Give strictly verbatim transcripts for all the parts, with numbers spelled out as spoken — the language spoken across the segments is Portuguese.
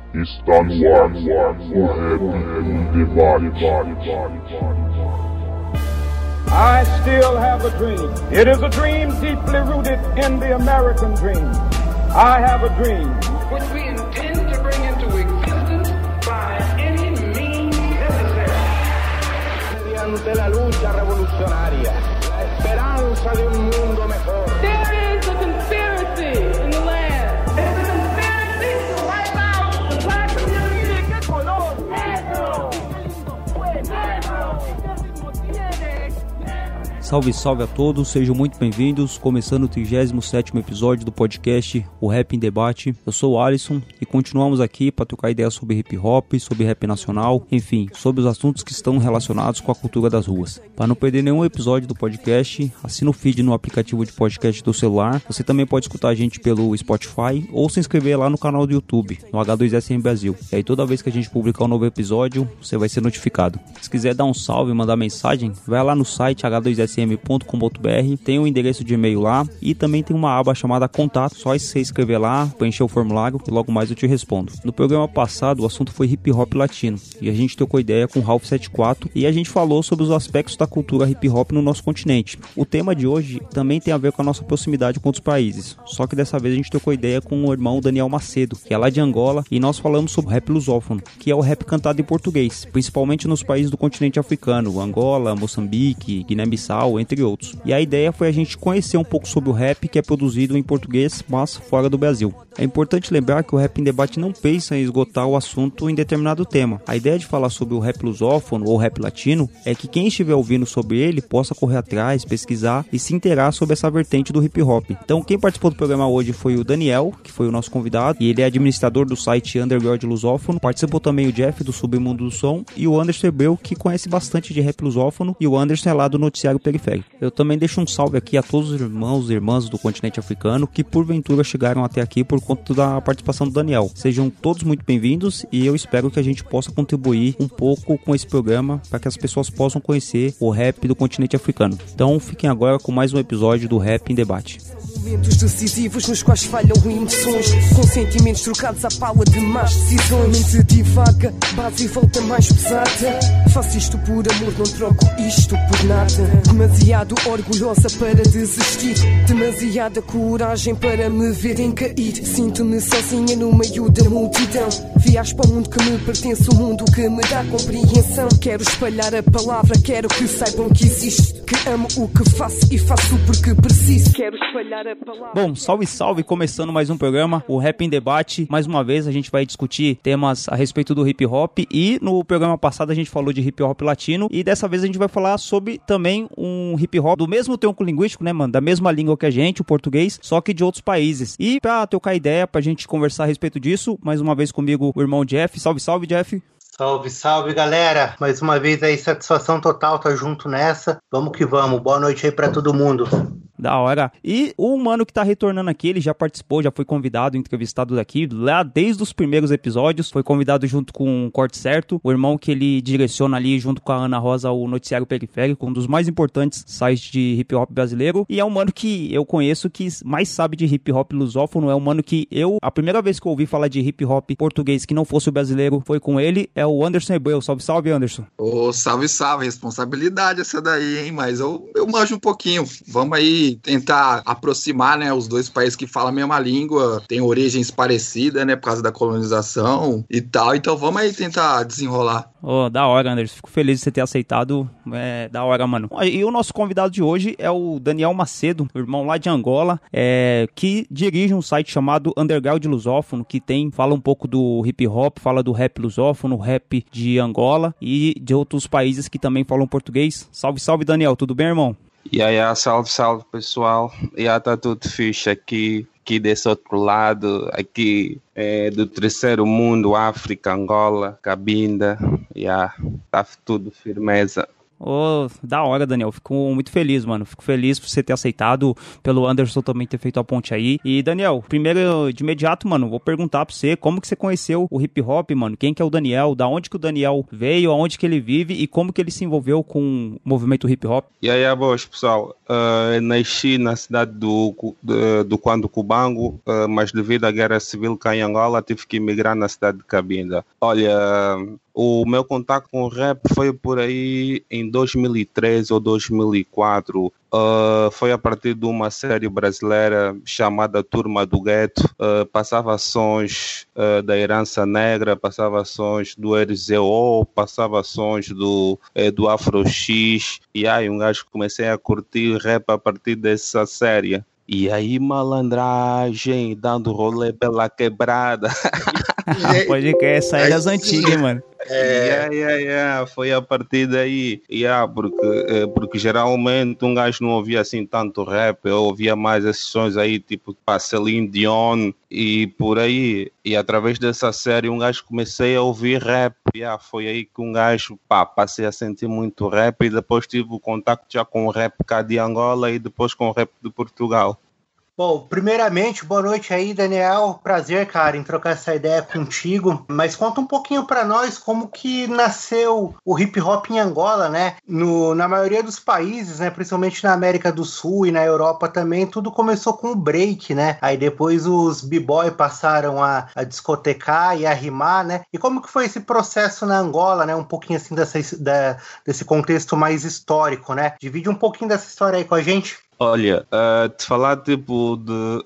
Está no ar, o Rap Debate. I still have a dream. It is a dream deeply rooted in the American dream. I have a dream which we intend to bring into existence by any means necessary. mediante la lucha revolucionaria, la esperanza de un mundo mejor. There is a conspiracy in the land. There's a conspiracy to wipe out the black community. ¡Qué color! Negro. Negro. Salve, salve a todos, sejam muito bem-vindos, começando o trigésimo sétimo episódio do podcast O Rap em Debate. Eu sou o Alisson e continuamos aqui para trocar ideias sobre hip hop, sobre rap nacional, enfim, sobre os assuntos que estão relacionados com a cultura das ruas. Para não perder nenhum episódio do podcast, assina o feed no aplicativo de podcast do celular. Você também pode escutar a gente pelo Spotify ou se inscrever lá no canal do YouTube, no H dois S M Brasil. E aí toda vez que a gente publicar um novo episódio, você vai ser notificado. Se quiser dar um salve e mandar mensagem, vai lá no site H dois S M ponto com ponto b r, tem um endereço de e-mail lá e também tem uma aba chamada Contato, só você escrever lá, preencher o formulário e logo mais eu te respondo. No programa passado o assunto foi hip hop latino e a gente trocou ideia com o Ralph setenta e quatro e a gente falou sobre os aspectos da cultura hip hop no nosso continente. O tema de hoje também tem a ver com a nossa proximidade com outros países, só que dessa vez a gente trocou ideia com o irmão Daniel Macedo, que é lá de Angola, e nós falamos sobre o rap lusófono, que é o rap cantado em português, principalmente nos países do continente africano, Angola, Moçambique, Guiné-Bissau, entre outros. E a ideia foi a gente conhecer um pouco sobre o rap que é produzido em português, mas fora do Brasil. É importante lembrar que o Rap em Debate não pensa em esgotar o assunto em determinado tema. A ideia de falar sobre o rap lusófono ou rap latino é que quem estiver ouvindo sobre ele possa correr atrás, pesquisar e se inteirar sobre essa vertente do hip hop. Então quem participou do programa hoje foi o Daniel, que foi o nosso convidado, e ele é administrador do site Underground Lusófono. Participou também o Jeff do Submundo do Som e o Anderson Hebreu, que conhece bastante de rap lusófono, e o Anderson é lá do Noticiário Periférico. Eu também deixo um salve aqui a todos os irmãos e irmãs do continente africano que porventura chegaram até aqui por conta da participação do Daniel. Sejam todos muito bem-vindos e eu espero que a gente possa contribuir um pouco com esse programa para que as pessoas possam conhecer o rap do continente africano. Então fiquem agora com mais um episódio do Rap em Debate. Momentos decisivos nos quais falham emoções, com sentimentos trocados à pala de más decisões. Mente divaga, base e volta mais pesada. Faço isto por amor, não troco isto por nada. Demasiado orgulhosa para desistir, demasiada coragem para me verem cair. Sinto-me sozinha no meio da multidão. Viajo para o mundo que me pertence, o mundo que me dá compreensão. Quero espalhar a palavra, quero que saibam que existe, que amo o que faço e faço porque preciso. Quero espalhar a palavra. Bom, salve, salve, começando mais um programa, o Rap em Debate. Mais uma vez a gente vai discutir temas a respeito do hip hop e no programa passado a gente falou de hip hop latino e dessa vez a gente vai falar sobre também um hip hop do mesmo tronco linguístico, né, mano? Da mesma língua que a gente, o português, só que de outros países. E pra trocar ideia, pra gente conversar a respeito disso, mais uma vez comigo o irmão Jeff. Salve, salve, Jeff. Salve, salve, galera. Mais uma vez aí, satisfação total, tá junto nessa. Vamos que vamos. Boa noite aí pra todo mundo. Da hora. E o mano que tá retornando aqui, ele já participou, já foi convidado, entrevistado daqui, lá desde os primeiros episódios, foi convidado junto com o Corte Certo, o irmão que ele direciona ali junto com a Ana Rosa o Noticiário Periférico, um dos mais importantes sites de hip hop brasileiro, e é um mano que eu conheço que mais sabe de hip hop lusófono, é um mano que eu, a primeira vez que eu ouvi falar de hip hop português que não fosse o brasileiro, foi com ele, é o Anderson Hebreu. Salve, salve, Anderson. Ô, oh, salve, salve, responsabilidade essa daí, hein, mas eu, eu manjo um pouquinho, vamos aí tentar aproximar, né, os dois países que falam a mesma língua, tem origens parecidas, né, por causa da colonização e tal, então vamos aí tentar desenrolar. Oh, da hora, Anderson, fico feliz de você ter aceitado, é, da hora, mano. E o nosso convidado de hoje é o Daniel Macedo, irmão lá de Angola, é, que dirige um site chamado Underground Lusófono, que tem, fala um pouco do hip hop, fala do rap lusófono, rap de Angola e de outros países que também falam português. Salve, salve, Daniel, tudo bem, irmão? E aí, salve, salve, pessoal. E aí, tá tudo fixe aqui, aqui desse outro lado, aqui é, do terceiro mundo, África, Angola, Cabinda, e aí, tá tudo firmeza. Ô, oh, da hora, Daniel. Fico muito feliz, mano. Fico feliz por você ter aceitado, pelo Anderson também ter feito a ponte aí. E, Daniel, primeiro, de imediato, mano, vou perguntar pra você como que você conheceu o hip hop, mano. Quem que é o Daniel? Da onde que o Daniel veio? Aonde que ele vive? E como que ele se envolveu com o movimento hip hop? E aí, boas, pessoal. Uh, eu nasci na cidade do, do, do Quando Cubango, uh, mas devido à guerra civil cá em Angola, tive que emigrar na cidade de Cabinda. Olha... O meu contato com o rap foi por aí em dois mil e treze ou dois mil e quatro. Uh, foi a partir de uma série brasileira chamada Turma do Gueto. Uh, passava sons uh, da Herança Negra, passava sons do R Z O, passava sons do, eh, do Afro X. E aí um gajo comecei a curtir rap a partir dessa série. E aí malandragem, dando rolê pela quebrada. Pode que essa é das antigas, mano. É, yeah, yeah, yeah. Foi a partir daí, yeah, porque, porque geralmente um gajo não ouvia assim tanto rap, eu ouvia mais esses sons aí, tipo pá, Celine Dion e por aí, e através dessa série um gajo comecei a ouvir rap, yeah, foi aí que um gajo, pá, passei a sentir muito rap e depois tive o contato já com o rap cá de Angola e depois com o rap de Portugal. Bom, primeiramente, boa noite aí, Daniel. Prazer, cara, em trocar essa ideia contigo. Mas conta um pouquinho pra nós como que nasceu o hip hop em Angola, né? No, na maioria dos países, né? Principalmente na América do Sul e na Europa também, tudo começou com o break, né? Aí depois os b-boy passaram a, a discotecar e a rimar, né? E como que foi esse processo na Angola, né? Um pouquinho assim dessa, da, desse contexto mais histórico, né? Divide um pouquinho dessa história aí com a gente. Olha, uh, te falar tipo de,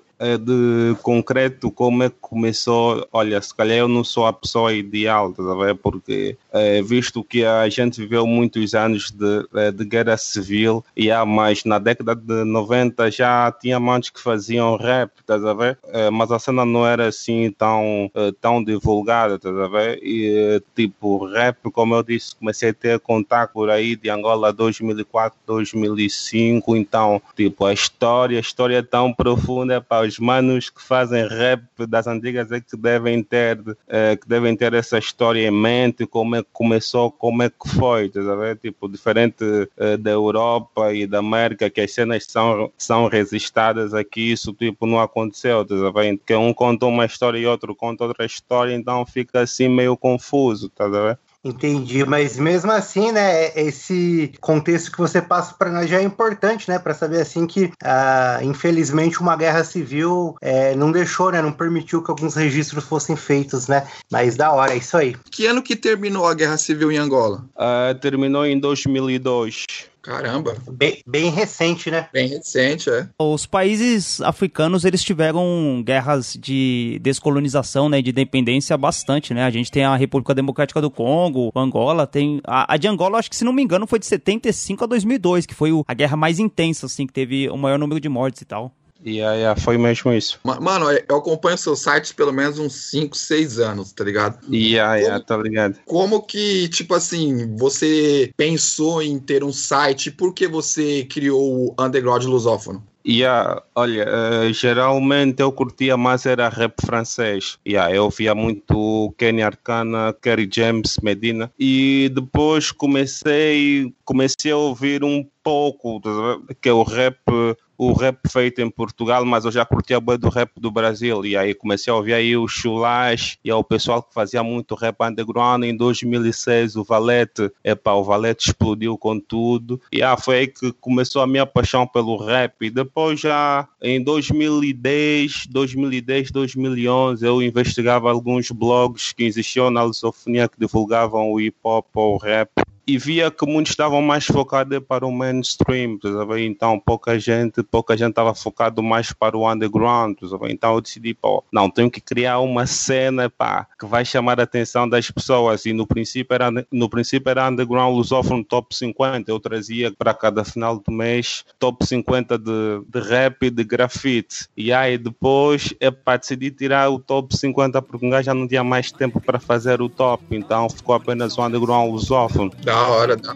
de concreto como é que começou, olha, se calhar eu não sou a pessoa ideal, tá a ver? Porque uh, visto que a gente viveu muitos anos de, de guerra civil e há mais na década de noventa já tinha muitos que faziam rap, tá a ver? Uh, mas a cena não era assim tão, uh, tão divulgada, tá a ver? E uh, tipo, rap, como eu disse, comecei a ter contato por aí de Angola dois mil e quatro, dois mil e cinco, então tipo, a história, a história é tão profunda para os manos que fazem rap das antigas é que devem ter, é, que devem ter essa história em mente, como é que começou, como é que foi, tá vendo? Tipo, diferente é, da Europa e da América, que as cenas são, são registradas aqui, isso tipo não aconteceu, tá vendo? Que um conta uma história e outro conta outra história, então fica assim meio confuso, tá vendo? Entendi, mas mesmo assim, né, esse contexto que você passa para nós já é importante, né, para saber assim que, ah, infelizmente, uma guerra civil é, não deixou, né, não permitiu que alguns registros fossem feitos, né, mas da hora, é isso aí. Que ano que terminou a guerra civil em Angola? Uh, terminou em dois mil e dois. Caramba. Bem, bem recente, né? Bem recente, é. Os países africanos, eles tiveram guerras de descolonização, né, de independência bastante, né? A gente tem a República Democrática do Congo, Angola, tem... A, a de Angola, acho que, se não me engano, foi de setenta e cinco a dois mil e dois, que foi o, a guerra mais intensa, assim, que teve o maior número de mortes e tal. E yeah, yeah, foi mesmo isso. Mano, eu acompanho seu site pelo menos uns cinco, seis anos, tá ligado? E yeah, yeah, tá ligado. Como que, tipo assim, você pensou em ter um site? Por que você criou o Underground Lusófono? Yeah, olha, uh, geralmente eu curtia mais era rap francês. Yeah, eu ouvia muito Kenny Arcana, Kerry James, Medina. E depois comecei, comecei a ouvir um pouco, que é o rap... o rap feito em Portugal, mas eu já curtia bem do rap do Brasil, e aí comecei a ouvir aí o Chulás, e o pessoal que fazia muito rap underground. Em dois mil e seis o Valete, epa, o Valete explodiu com tudo, e ah, foi aí que começou a minha paixão pelo rap. E depois já em dois mil e dez, dois mil e dez, dois mil e onze eu investigava alguns blogs que existiam na lusofonia que divulgavam o hip hop ou o rap, e via que muitos estavam mais focados para o mainstream, sabe? Então pouca gente pouca gente estava focado mais para o underground, sabe? Então eu decidi, pô, não, tenho que criar uma cena, pá, que vai chamar a atenção das pessoas. E no princípio era, no princípio era underground lusófono top cinquenta, eu trazia para cada final do mês top cinquenta de, de rap e de grafite, e aí depois, epá, decidi tirar o top cinquenta porque um gajo já não tinha mais tempo para fazer o top, então ficou apenas o underground lusófono. Da hora, da.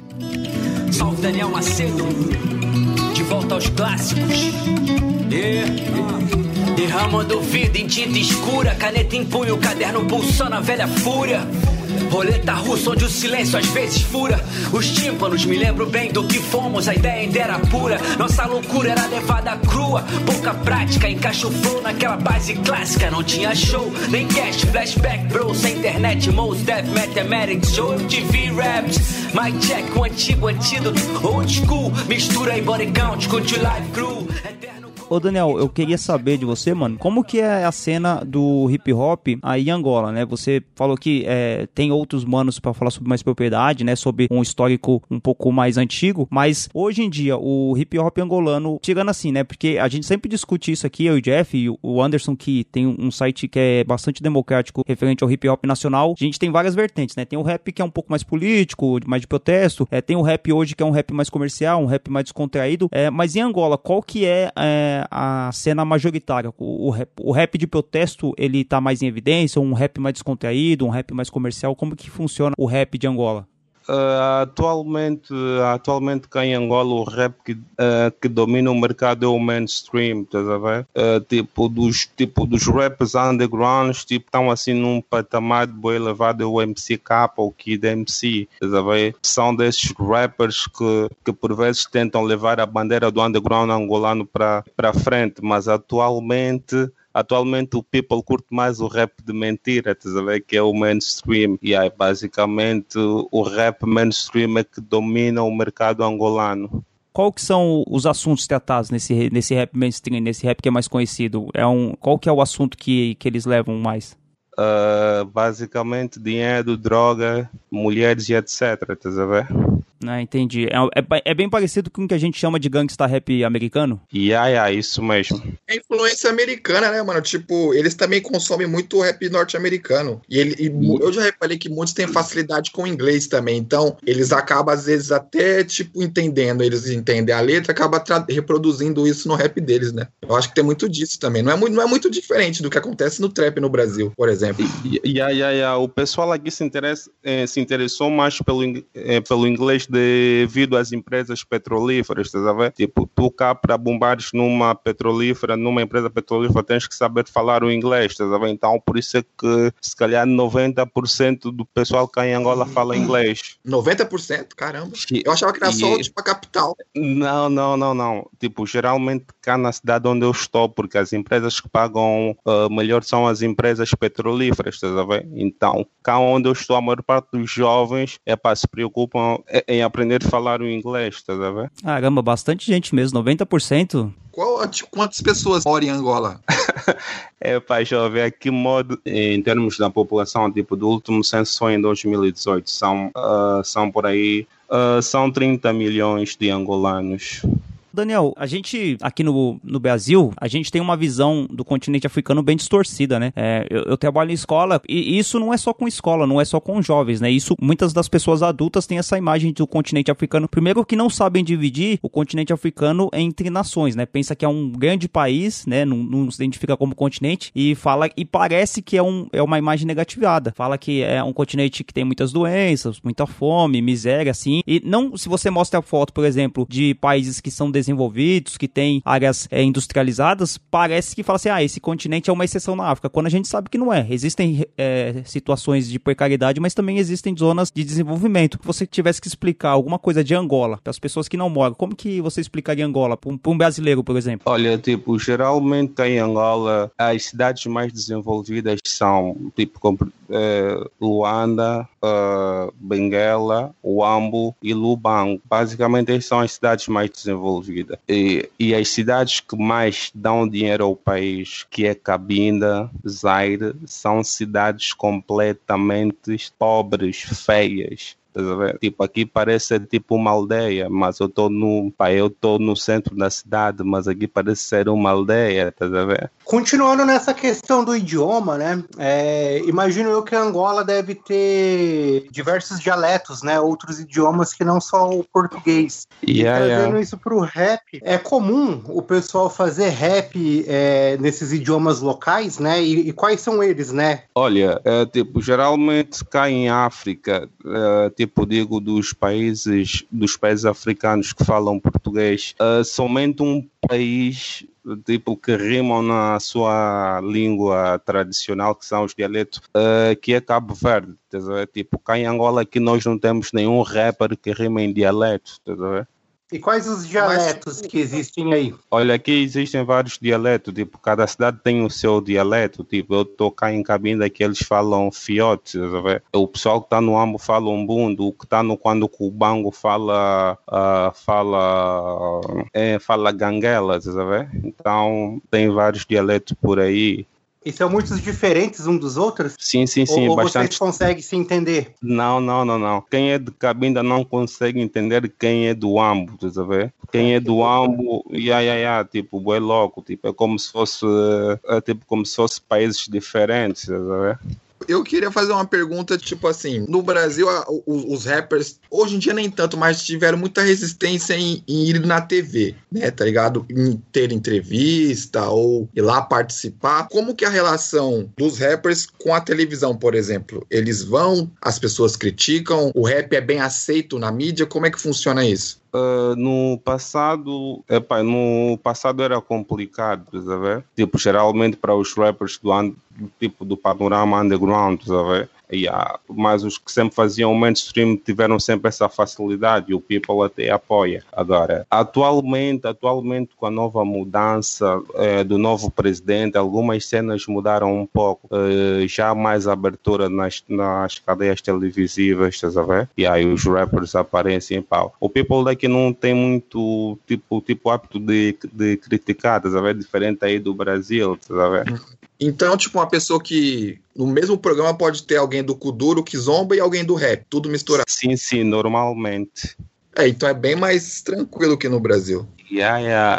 Salve Daniel Macedo, de volta aos clássicos. Yeah. Derramando vida em tinta escura, caneta em punho, caderno pulsando a velha fúria. Roleta russa onde o silêncio às vezes fura os tímpanos, me lembro bem do que fomos, a ideia ainda era pura. Nossa loucura era levada crua, pouca prática, encaixa o flow naquela base clássica. Não tinha show, nem cash, flashback, bro, sem internet, most death, mathematics, show, M T V, raps, mic check, o antigo antídoto, old school, mistura em body count, com o live crew, eterno. Ô Daniel, eu queria saber de você, mano, como que é a cena do hip hop aí em Angola, né? Você falou que é, tem outros manos pra falar sobre mais propriedade, né? Sobre um histórico um pouco mais antigo, mas hoje em dia o hip hop angolano, tirando assim, né? Porque a gente sempre discute isso aqui, eu e o Jeff e o Anderson, que tem um site que é bastante democrático referente ao hip hop nacional. A gente tem várias vertentes, né? Tem o rap que é um pouco mais político, mais de protesto, é, tem o rap hoje que é um rap mais comercial, um rap mais descontraído, é, mas em Angola, qual que é, é a cena majoritária? O, o, rap, o rap de protesto, ele tá mais em evidência, um rap mais descontraído, um rap mais comercial? Como que funciona o rap de Angola? Uh, atualmente, atualmente cá em Angola o rap que, uh, que domina o mercado é o mainstream, estás a ver? Uh, tipo, dos, tipo, dos rappers undergrounds, tipo, estão assim num patamar de boa elevado, é o M C K ou o Kid M C, estás a ver? São desses rappers que, que por vezes tentam levar a bandeira do underground angolano para para frente, mas atualmente Atualmente o people curte mais o rap de mentira, estás a ver? Que é o mainstream. E aí basicamente o rap mainstream é que domina o mercado angolano. Qual que são os assuntos tratados nesse, nesse rap mainstream, nesse rap que é mais conhecido? É um, qual que é o assunto que, que eles levam mais? Uh, basicamente dinheiro, droga, mulheres e etcétera. Estás a ver? Ah, entendi. É, é, é bem parecido com o que a gente chama de gangsta rap americano? Yeah, yeah, isso mesmo. É influência americana, né, mano? Tipo, eles também consomem muito rap norte-americano. E, ele, e eu já reparei que muitos têm facilidade com o inglês também. Então, eles acabam, às vezes, até, tipo, entendendo. Eles entendem a letra, acabam reproduzindo isso no rap deles, né? Eu acho que tem muito disso também. Não é muito, não é muito diferente do que acontece no trap no Brasil, por exemplo. Yeah, yeah, yeah. O pessoal aqui se, interessa, eh, se interessou mais pelo, eh, pelo inglês devido às empresas petrolíferas, estás a ver? Tipo, tu cá para bombares numa petrolífera, numa empresa petrolífera, tens que saber falar o inglês, estás a ver? Então, por isso é que, se calhar, noventa por cento do pessoal cá em Angola fala inglês. noventa por cento? Caramba. Eu achava que era só, e... tipo, a capital. Não, não, não, não. Tipo, geralmente cá na cidade onde eu estou, porque as empresas que pagam uh, melhor são as empresas petrolíferas, estás a ver? Então, cá onde eu estou, a maior parte dos jovens é para se preocupam em aprender a falar o inglês, estás a ver? Caramba, bastante gente mesmo, noventa por cento. Qual, tipo, quantas pessoas moram em Angola? É, pá, jovem, aqui modo, em termos da população, tipo, do último censo foi em dois mil e dezoito, são, uh, são por aí, uh, são trinta milhões de angolanos. Daniel, a gente aqui no, no Brasil, a gente tem uma visão do continente africano bem distorcida, né? É, eu, eu trabalho em escola e isso não é só com escola, não é só com jovens, né? Isso, muitas das pessoas adultas têm essa imagem do continente africano. Primeiro que não sabem dividir o continente africano entre nações, né? Pensa que é um grande país, né? Não, não se identifica como continente e fala e parece que é, um, é uma imagem negativada. Fala que é um continente que tem muitas doenças, muita fome, miséria, assim. E não, se você mostra a foto, por exemplo, de países que são desenvolvidos, que têm áreas é, industrializadas, parece que fala assim, ah, esse continente é uma exceção na África, quando a gente sabe que não é. Existem é, situações de precariedade, mas também existem zonas de desenvolvimento. Se você tivesse que explicar alguma coisa de Angola, para as pessoas que não moram, como que você explicaria Angola, para um, um brasileiro, por exemplo? Olha, tipo, geralmente em Angola, as cidades mais desenvolvidas são, tipo, como, é, Luanda, uh, Benguela, Huambo e Lubango. Basicamente, essas são as cidades mais desenvolvidas. E, e as cidades que mais dão dinheiro ao país, que é Cabinda, Zaire, são cidades completamente pobres, feias. Tipo, aqui parece tipo uma aldeia, mas eu estou no, pá, eu estou no centro da cidade, mas aqui parece ser uma aldeia, tá a ver? Continuando nessa questão do idioma, né? É, imagino eu que a Angola deve ter diversos dialetos, né? Outros idiomas que não só o português. Yeah, e trazendo yeah. isso para o rap, é comum o pessoal fazer rap é, nesses idiomas locais, né? E, e quais são eles, né? Olha, é, tipo, geralmente cá em África, é, tipo, digo, dos países, dos países africanos que falam português, é, somente um país tipo, que rimam na sua língua tradicional, que são os dialetos, uh, que é Cabo Verde. Tipo, cá em Angola aqui nós não temos nenhum rapper que rima em dialetos. E quais os dialetos Mas... que existem aí? Olha, aqui existem vários dialetos, tipo, cada cidade tem o seu dialeto, tipo, eu estou cá em Cabinda que eles falam fiote, o pessoal que está no Ambo fala umbundo, o que está no quando o Bango fala, uh, fala, é, fala ganguela, sabe? Então tem vários dialetos por aí. E são muitos diferentes um dos outros? Sim, sim, sim. Ou, bastante... ou vocês conseguem se entender? Não, não, não, não. Quem é de Cabinda não consegue entender quem é do Ambo, tá vendo? Quem é do Ambo, ya, ya, ya, tipo, é louco, tipo, é como se fosse, é tipo como se fosse países diferentes, tá vendo? Eu queria fazer uma pergunta, tipo assim, no Brasil, a, os, os rappers, hoje em dia nem tanto, mas tiveram muita resistência em, em ir na T V, né, tá ligado? Em ter entrevista ou ir lá participar. Como que é a relação dos rappers com a televisão, por exemplo? Eles vão, as pessoas criticam, o rap é bem aceito na mídia, como é que funciona isso? Uh, no passado, epa, no passado era complicado, sabe? Tipo, geralmente para os rappers do, do tipo do panorama underground, sabe? Yeah. Mas os que sempre faziam mainstream tiveram sempre essa facilidade e o people até apoia. Agora, atualmente, atualmente com a nova mudança eh, do novo presidente, algumas cenas mudaram um pouco. Eh, já mais abertura nas, nas cadeias televisivas, estás a ver? E aí os rappers aparecem em pau. O people daqui não tem muito tipo, tipo hábito de, de criticar, estás a ver? Diferente aí do Brasil, estás a ver? Então, tipo, uma pessoa que no mesmo programa pode ter alguém do Kuduro, que zomba, e alguém do rap, tudo misturado. Sim, sim, normalmente. É, então é bem mais tranquilo que no Brasil. Yeah, yeah.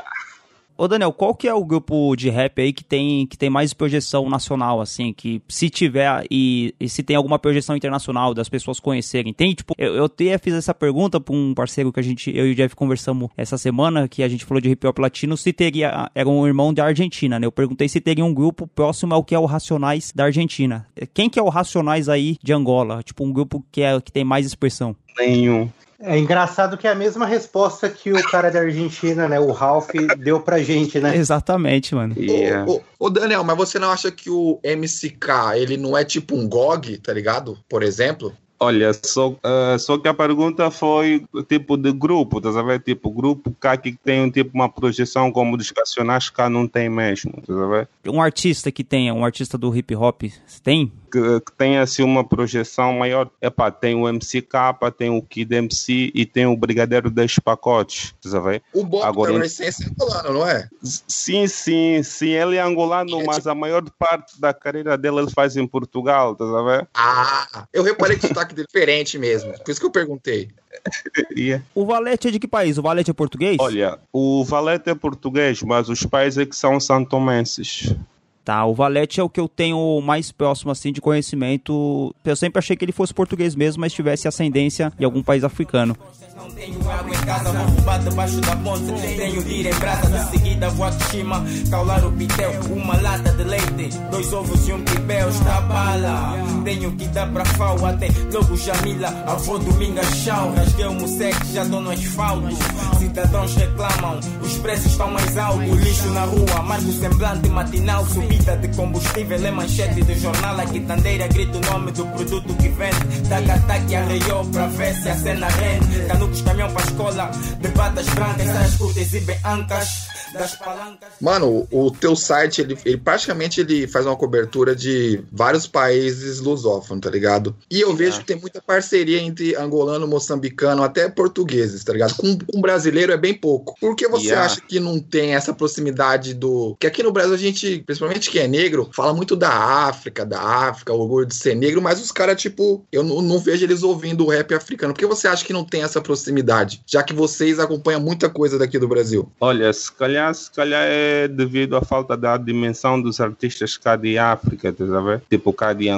Ô Daniel, qual que é o grupo de rap aí que tem, que tem mais projeção nacional, assim, que se tiver e, e se tem alguma projeção internacional das pessoas conhecerem? Tem, tipo, eu, eu até fiz essa pergunta pra um parceiro que a gente, eu e o Jeff conversamos essa semana, que a gente falou de hip hop latino, se teria, era um irmão da Argentina, né? Eu perguntei se teria um grupo próximo ao que é o Racionais da Argentina. Quem que é o Racionais aí de Angola? Tipo, um grupo que, é, que tem mais expressão? Nenhum. É engraçado que é a mesma resposta que o cara da Argentina, né, o Ralph, deu pra gente, né? Exatamente, mano. Yeah. Ô, ô, ô Daniel, mas você não acha que o M C K, ele não é tipo um G O G, tá ligado? Por exemplo? Olha, só, uh, só que a pergunta foi tipo de grupo, tá sabendo? Tipo, grupo cá que tem um, tipo uma projeção como dos Racionais, cá não tem mesmo, tá sabendo? Um artista que tenha, um artista do hip hop, tem? Que, que tenha assim uma projeção maior. Epá, tem o M C K, tem o Kid M C e tem o Brigadeiro dez Pacotes, tá sabendo? O Bob Agora, da essência é angolano, não é? Sim, sim, sim, ele é angolano, é, mas tipo... a maior parte da carreira dele ele faz em Portugal, tá sabendo? Ah, eu reparei que o sotaque dele é diferente mesmo, por isso que eu perguntei. Yeah. O Valete é de que país? O Valete é português? Olha, o Valete é português, mas os pais é que são santomenses. Tá, o Valete é o que eu tenho mais próximo, assim, de conhecimento. Eu sempre achei que ele fosse português mesmo, mas tivesse ascendência de algum país africano. Não tenho água em casa, vou roubar debaixo da ponte. Tenho de ir em brasa, de seguida vou a Tsushima, caular o pitel, uma lata de leite, dois ovos e um pipel, está bala. Tenho que dar pra Fau, até logo Jamila, avô Dominga Chau. Rasguei o museque, já dou no asfalto. Cidadãos reclamam, os preços estão mais altos. Lixo na rua, amargo semblante matinal. Subida de combustível é manchete do jornal. A quitandeira grita o nome do produto que vende. Taca-taque arreiou pra ver se a cena rende. Canucos, caminhão pra escola, de patas brancas, as curtas exibem ancas das palancas. Mano, o teu site, ele, ele praticamente ele faz uma cobertura de vários países lusófonos, tá ligado? E eu vejo que tem muita parceria entre angolano, moçambicano, até portugueses, tá ligado? Com, com brasileiro é bem pouco. Por que você yeah. acha que não tem essa proximidade do... Que aqui no Brasil a gente, principalmente quem é negro, fala muito da África, da África, o orgulho de ser negro, mas os caras, tipo, eu não, não vejo eles ouvindo o rap africano. Por que você acha que não tem essa proximidade? Já que vocês acompanham muita coisa daqui do Brasil. Olha, se calhar, se calhar é devido à falta da dimensão dos artistas cá de África, tá vendo? Tipo cá de Angola ou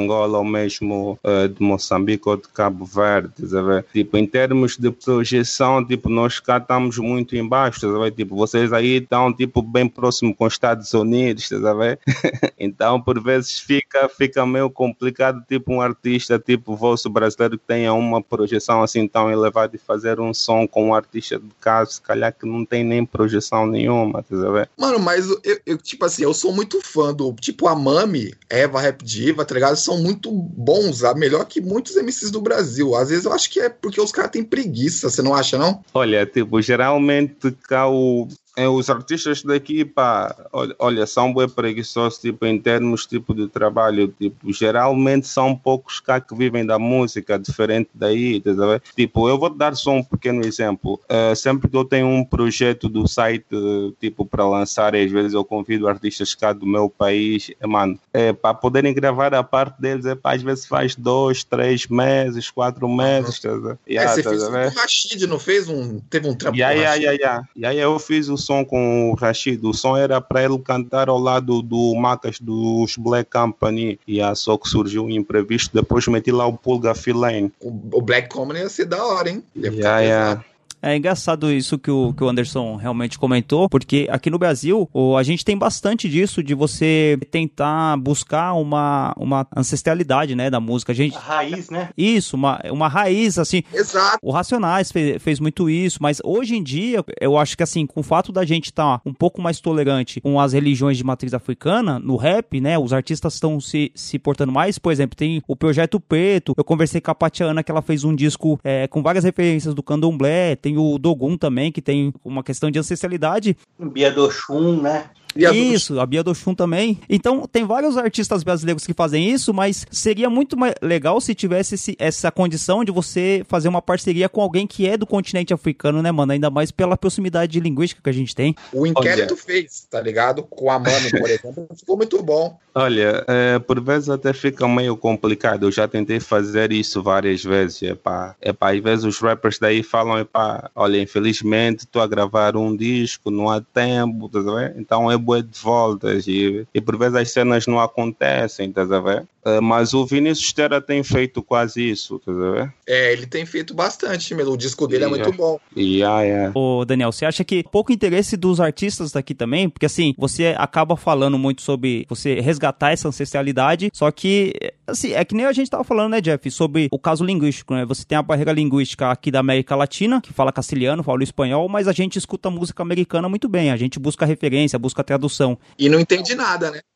mesmo uh, de Moçambique ou de Cabo Verde, estás a ver? Tipo, em termos de projeção, tipo, nós cá estamos muito em baixo, estás a ver? Tipo, vocês aí estão, tipo, bem próximo com os Estados Unidos, estás a ver? Então, por vezes, fica, fica meio complicado, tipo, um artista, tipo, vosso brasileiro que tenha uma projeção assim tão elevada e fazer um som com um artista de casa, se calhar que não tem nem projeção nenhuma, estás a ver? Mano, mas eu, eu, tipo assim, eu sou muito fã do, tipo, a Mami, Eva Rap Diva, tá ligado? São muito bons, a melhor que muitos M Cs do Brasil. Às vezes eu acho que é porque os caras têm preguiça, você não acha, não? Olha, tipo, geralmente cá o... É, os artistas daqui, pá, olha, olha, são bem preguiçosos, tipo, em termos tipo, de trabalho, tipo, geralmente são poucos cá que vivem da música, diferente daí, tá vendo? Tipo, eu vou te dar só um pequeno exemplo. Uh, sempre que eu tenho um projeto do site, tipo, para lançar, e às vezes eu convido artistas cá do meu país, é, mano, é, para poderem gravar a parte deles, é, pá, às vezes faz dois, três meses, quatro meses, tá vendo? É, yeah, você tá fez um com o Rashid, não fez? Um, teve um trampo yeah, com o yeah, Rashid? yeah, yeah. E aí eu fiz o som com o Rashid, o som era para ele cantar ao lado do Macas dos Black Company, e yeah, só que surgiu um imprevisto, depois meti lá o Pulga Filane. O, o Black Company ia ser da hora, hein? Ia ficar yeah, yeah. pesado. É engraçado isso que o, que o Anderson realmente comentou, porque aqui no Brasil o, a gente tem bastante disso, de você tentar buscar uma, uma ancestralidade, né, da música. A gente, a raiz, né? Isso, uma, uma raiz, assim. Exato. O Racionais fez, fez muito isso, mas hoje em dia, eu acho que assim, com o fato da gente estar tá um pouco mais tolerante com as religiões de matriz africana, no rap, né, os artistas estão se, se portando mais. Por exemplo, tem o Projeto Preto, eu conversei com a Patiana, que ela fez um disco é, com várias referências do candomblé, tem o Dogun também, que tem uma questão de ancestralidade. Bia do Oxum, né? Isso, a Bia do Oxum também. Então, tem vários artistas brasileiros que fazem isso, mas seria muito mais legal se tivesse esse, essa condição de você fazer uma parceria com alguém que é do continente africano, né, mano? Ainda mais pela proximidade linguística que a gente tem. O inquérito Olha. fez, tá ligado? Com a Mami, por exemplo, ficou muito bom. Olha, é, por vezes até fica meio complicado. Eu já tentei fazer isso várias vezes. Epá, epá, às vezes os rappers daí falam, epá, olha, infelizmente estou a gravar um disco, não há tempo, tá vendo? Então é bué de voltas e, e por vezes as cenas não acontecem, tá vendo? Uh, mas o Vinícius Terra tem feito quase isso, tá vendo? É, ele tem feito bastante mesmo, o disco dele yeah. é muito bom. Yeah, yeah. Ô, Daniel, você acha que pouco interesse dos artistas daqui também? Porque assim, você acaba falando muito sobre você resgatar essa ancestralidade, só que, assim, é que nem a gente tava falando, né, Jeff, sobre o caso linguístico, né? Você tem a barreira linguística aqui da América Latina, que fala castelhano, fala espanhol, mas a gente escuta música americana muito bem, a gente busca referência, busca tradução. E não entende nada, né?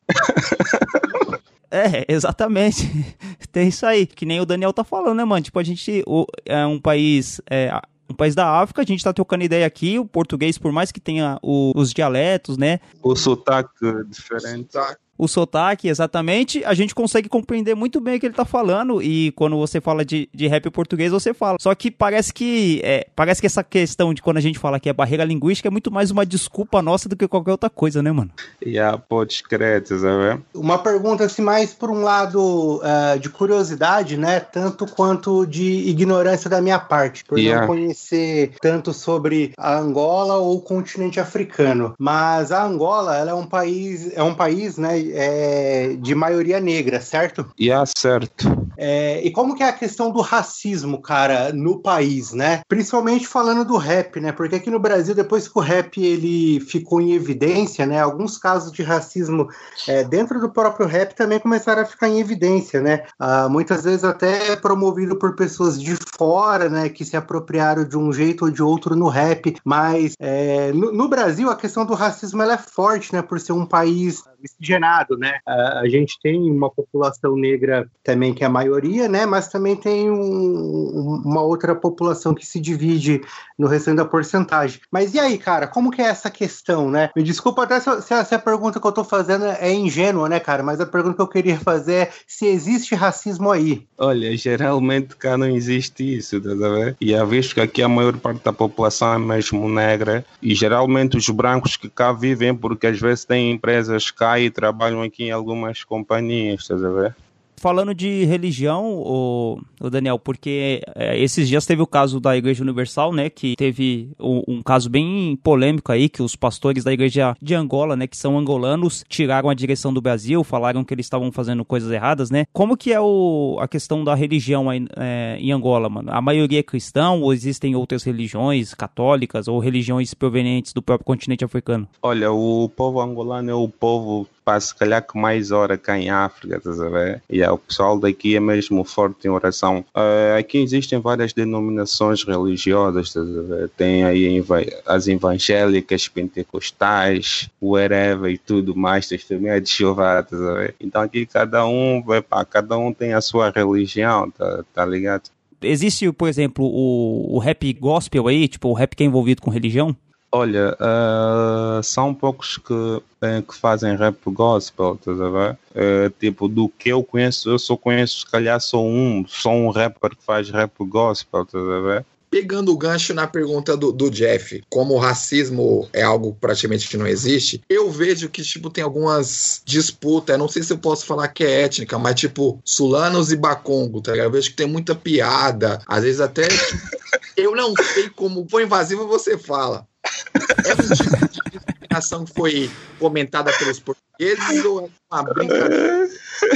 É, exatamente. Tem isso aí. Que nem o Daniel tá falando, né, mano? Tipo, a gente o, é um país... É, um país da África, a gente tá trocando ideia aqui, o português, por mais que tenha o, os dialetos, né? O sotaque diferente. O sotaque, exatamente, a gente consegue compreender muito bem o que ele tá falando, e quando você fala de, de rap português, você fala. Só que parece que é, parece que essa questão de quando a gente fala que é barreira linguística é muito mais uma desculpa nossa do que qualquer outra coisa, né, mano? E yeah, pode crer, sabe? Uma pergunta, assim, mais por um lado uh, de curiosidade, né, tanto quanto de ignorância da minha parte, por yeah. não conhecer tanto sobre a Angola ou o continente africano. Mas a Angola, ela é um país, é um país, né, É, de maioria negra, certo? Yeah, certo. É, e como que é a questão do racismo, cara, no país, né? Principalmente falando do rap, né? Porque aqui no Brasil, depois que o rap ele ficou em evidência, né? Alguns casos de racismo é, dentro do próprio rap também começaram a ficar em evidência, né? Ah, muitas vezes até promovido por pessoas de fora, né? Que se apropriaram de um jeito ou de outro no rap. Mas é, no, no Brasil, a questão do racismo ela é forte, né? Por ser um país miscigenado, né? A, a gente tem uma população negra também que é a maioria, né? Mas também tem um, uma outra população que se divide no restante da porcentagem. Mas e aí, cara? Como que é essa questão, né? Me desculpa até se, se, a, se a pergunta que eu tô fazendo é ingênua, né, cara? Mas a pergunta que eu queria fazer é se existe racismo aí. Olha, geralmente cá não existe isso, tá vendo? E é visto que aqui a maior parte da população é mesmo negra e geralmente os brancos que cá vivem, porque às vezes têm empresas cá e trabalham aqui em algumas companhias, estás a ver? falando de religião, o, o Daniel, porque é, esses dias teve o caso da Igreja Universal, né, que teve um, um caso bem polêmico aí, que os pastores da Igreja de Angola, né, que são angolanos, tiraram a direção do Brasil, falaram que eles estavam fazendo coisas erradas, né? Como que é o, a questão da religião aí, é, em Angola, mano? A maioria é cristão ou existem outras religiões católicas ou religiões provenientes do próprio continente africano? Olha, o povo angolano é o povo, pá, se calhar que mais ora cá em África, estás a ver? E yeah, o pessoal daqui é mesmo forte em oração. Uh, aqui existem várias denominações religiosas, estás a ver? Tem aí as evangélicas, pentecostais, whatever e tudo mais, testemunha de Jeová, estás a ver? Então aqui cada um, vai, pá, cada um tem a sua religião, tá, tá ligado? Existe, por exemplo, o, o rap gospel aí, tipo o rap que é envolvido com religião? Olha, uh, são poucos que, uh, que fazem rap gospel, estás a ver? Uh, tipo, do que eu conheço, eu só conheço, se calhar, só um, só um rapper que faz rap gospel, estás a ver? Pegando o gancho na pergunta do, do Jeff, como o racismo é algo praticamente que não existe, eu vejo que, tipo, tem algumas disputas, eu não sei se eu posso falar que é étnica, mas, tipo, sulanos e bacongo, tá ligado? Eu vejo que tem muita piada, às vezes até, eu não sei como foi invasivo você fala. É um tipo de discriminação que foi comentada pelos portugueses ou é uma brincadeira?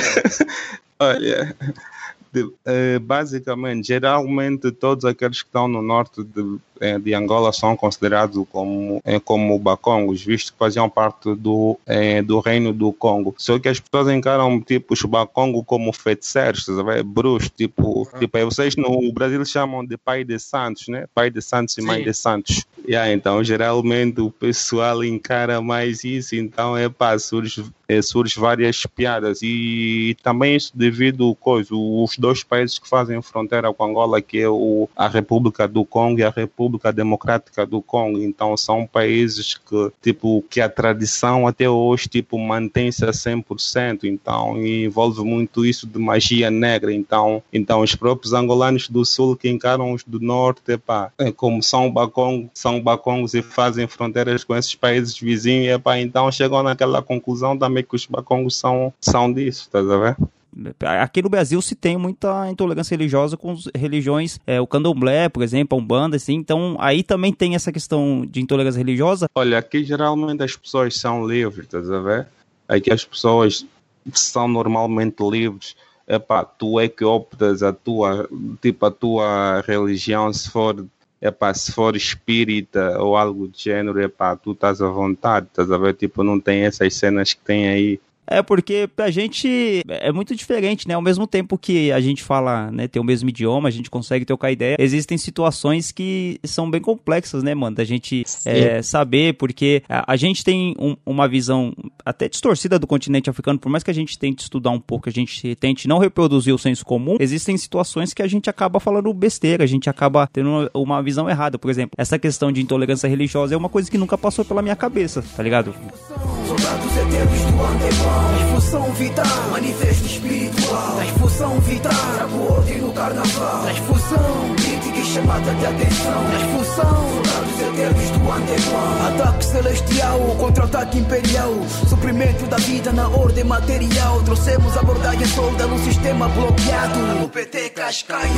Olha, de, eh, basicamente, geralmente todos aqueles que estão no norte de, eh, de Angola são considerados como, eh, como bacongos, visto que faziam parte do, eh, do reino do Congo. Só que as pessoas encaram tipo, os bacongos como feiticeiros, sabe? Bruxos, tipo, ah. tipo, vocês no Brasil chamam de pai de santos, né? Pai de santos e Sim. mãe de santos. Yeah, então, geralmente o pessoal encara mais isso, então é pá, surge, é, surge várias piadas e também isso devido coisa, os dois países que fazem fronteira com Angola, que é o, a República do Congo e a República Democrática do Congo, então são países que, tipo, que a tradição até hoje, tipo, mantém-se a cem por cento, então envolve muito isso de magia negra, então, então os próprios angolanos do sul que encaram os do norte, epá, é como são bacongos, são bacongos e fazem fronteiras com esses países vizinhos, epá, então chegam naquela conclusão também que os bacongos são, são disso, estás a ver? Aqui no Brasil se tem muita intolerância religiosa com religiões, é, o candomblé, por exemplo, a umbanda, assim, então aí também tem essa questão de intolerância religiosa? Olha, aqui geralmente as pessoas são livres, estás a ver? Aqui as pessoas são normalmente livres. Epá, tu é que optas a tua, tipo, a tua religião, se for, epá, se for espírita ou algo do gênero, epá, tu estás à vontade, estás a ver? Tipo, não tem essas cenas que tem aí. É porque pra gente é muito diferente, né? Ao mesmo tempo que a gente fala, né, tem o mesmo idioma, a gente consegue trocar ideia, existem situações que são bem complexas, né, mano? Da gente é, saber, porque a, a gente tem um, uma visão até distorcida do continente africano, por mais que a gente tente estudar um pouco, a gente tente não reproduzir o senso comum, existem situações que a gente acaba falando besteira, a gente acaba tendo uma, uma visão errada. Por exemplo, essa questão de intolerância religiosa é uma coisa que nunca passou pela minha cabeça, tá ligado? Soldados eternos do Andeban, transfusão vital, manifesto espiritual, transfusão vital, trago ordem no carnaval, transfusão, crítica e chamada de atenção, transfusão, soldados eternos do Andeban, ataque celestial, contra-ataque imperial, suprimento da vida na ordem material, trouxemos abordagem solda no sistema bloqueado, no P T Cascaia,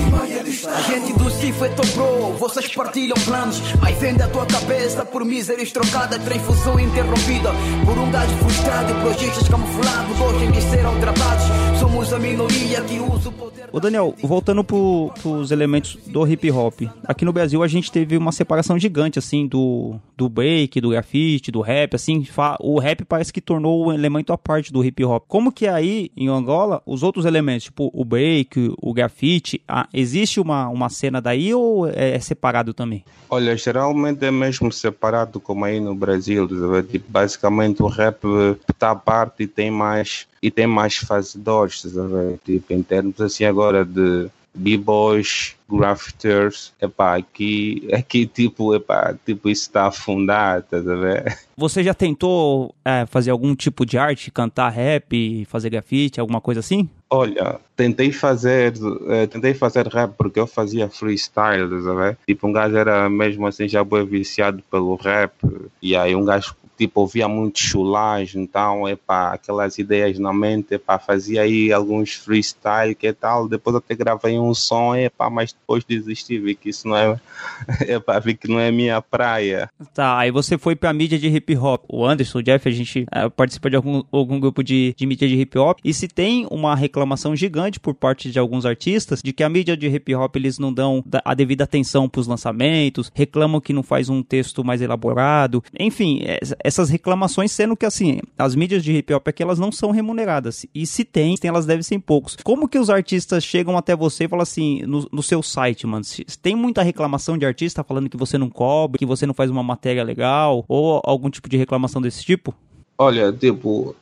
a gente do Cifo é Tobrou, vocês partilham planos, mas vende a tua cabeça por misérias trocadas, transfusão interrompida, por um gajo frustrado, projetos camuflados, gostam de ser ultrapassados. Somos a minoria que usa o poder. Ô Daniel, voltando pro, pros elementos do hip hop, aqui no Brasil a gente teve uma separação gigante, assim, do, do break, do grafite, do rap, assim, o rap parece que tornou um elemento à parte do hip hop. Como que aí, em Angola, os outros elementos, tipo o break, o grafite, ah, existe uma, uma cena daí ou é, é separado também? Olha, geralmente é mesmo separado como aí no Brasil, tipo, basicamente o rap está à parte e tem mais, e tem mais fazedores, sabe? Tipo, em termos assim agora de b-boys, graffiters, epá, aqui, aqui tipo, epá, tipo, isso está afundado, tá vendo? Você já tentou é, fazer algum tipo de arte, cantar rap, fazer grafite, alguma coisa assim? Olha, tentei fazer, uh, tentei fazer rap porque eu fazia freestyle, sabe? Tipo, um gajo era mesmo assim já bem viciado pelo rap, e aí um gajo, tipo, ouvia muito chulagem, então, epá, aquelas ideias na mente, epá, fazia aí alguns freestyle que tal, depois até gravei um som, epá, mas depois desisti, vi que isso não é, epá, vi que não é minha praia. Tá, aí você foi pra mídia de hip hop. O Anderson, o Jeff, a gente uh, participa de algum, algum grupo de, de mídia de hip hop, e se tem uma reclamação gigante por parte de alguns artistas de que a mídia de hip hop eles não dão a devida atenção pros lançamentos, reclamam que não faz um texto mais elaborado, enfim, essas reclamações, sendo que assim, as mídias de hip hop aqui elas não são remuneradas, e se tem, elas devem ser poucos. Como que os artistas chegam até você e falam assim, no, no seu site, mano, tem muita reclamação de artista falando que você não cobre, que você não faz uma matéria legal, ou algum tipo de reclamação desse tipo? Olha, tipo,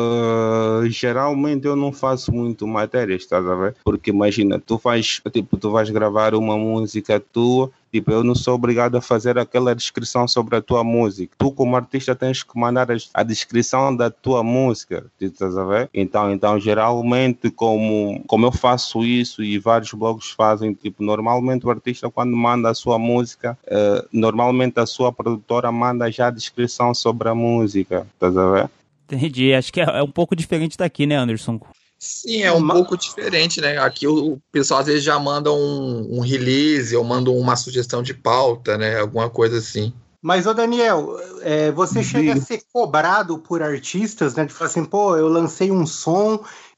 uh, geralmente eu não faço muito matérias, estás a ver? Porque imagina, tu faz, tipo, tu vais gravar uma música tua, tipo, eu não sou obrigado a fazer aquela descrição sobre a tua música. Tu, como artista, tens que mandar a descrição da tua música, estás a ver? Então, então geralmente, como, como eu faço isso e vários blogs fazem, tipo, normalmente o artista, quando manda a sua música, uh, normalmente a sua produtora manda já a descrição sobre a música, estás a ver? Entendi, acho que é, é um pouco diferente daqui, né, Anderson? Sim, é um pouco diferente, né? Aqui o, o pessoal às vezes já manda um, um release ou manda uma sugestão de pauta, né? Alguma coisa assim. Mas, ô Daniel, é, você chega a ser cobrado por artistas, né? De falar assim, pô, eu lancei um som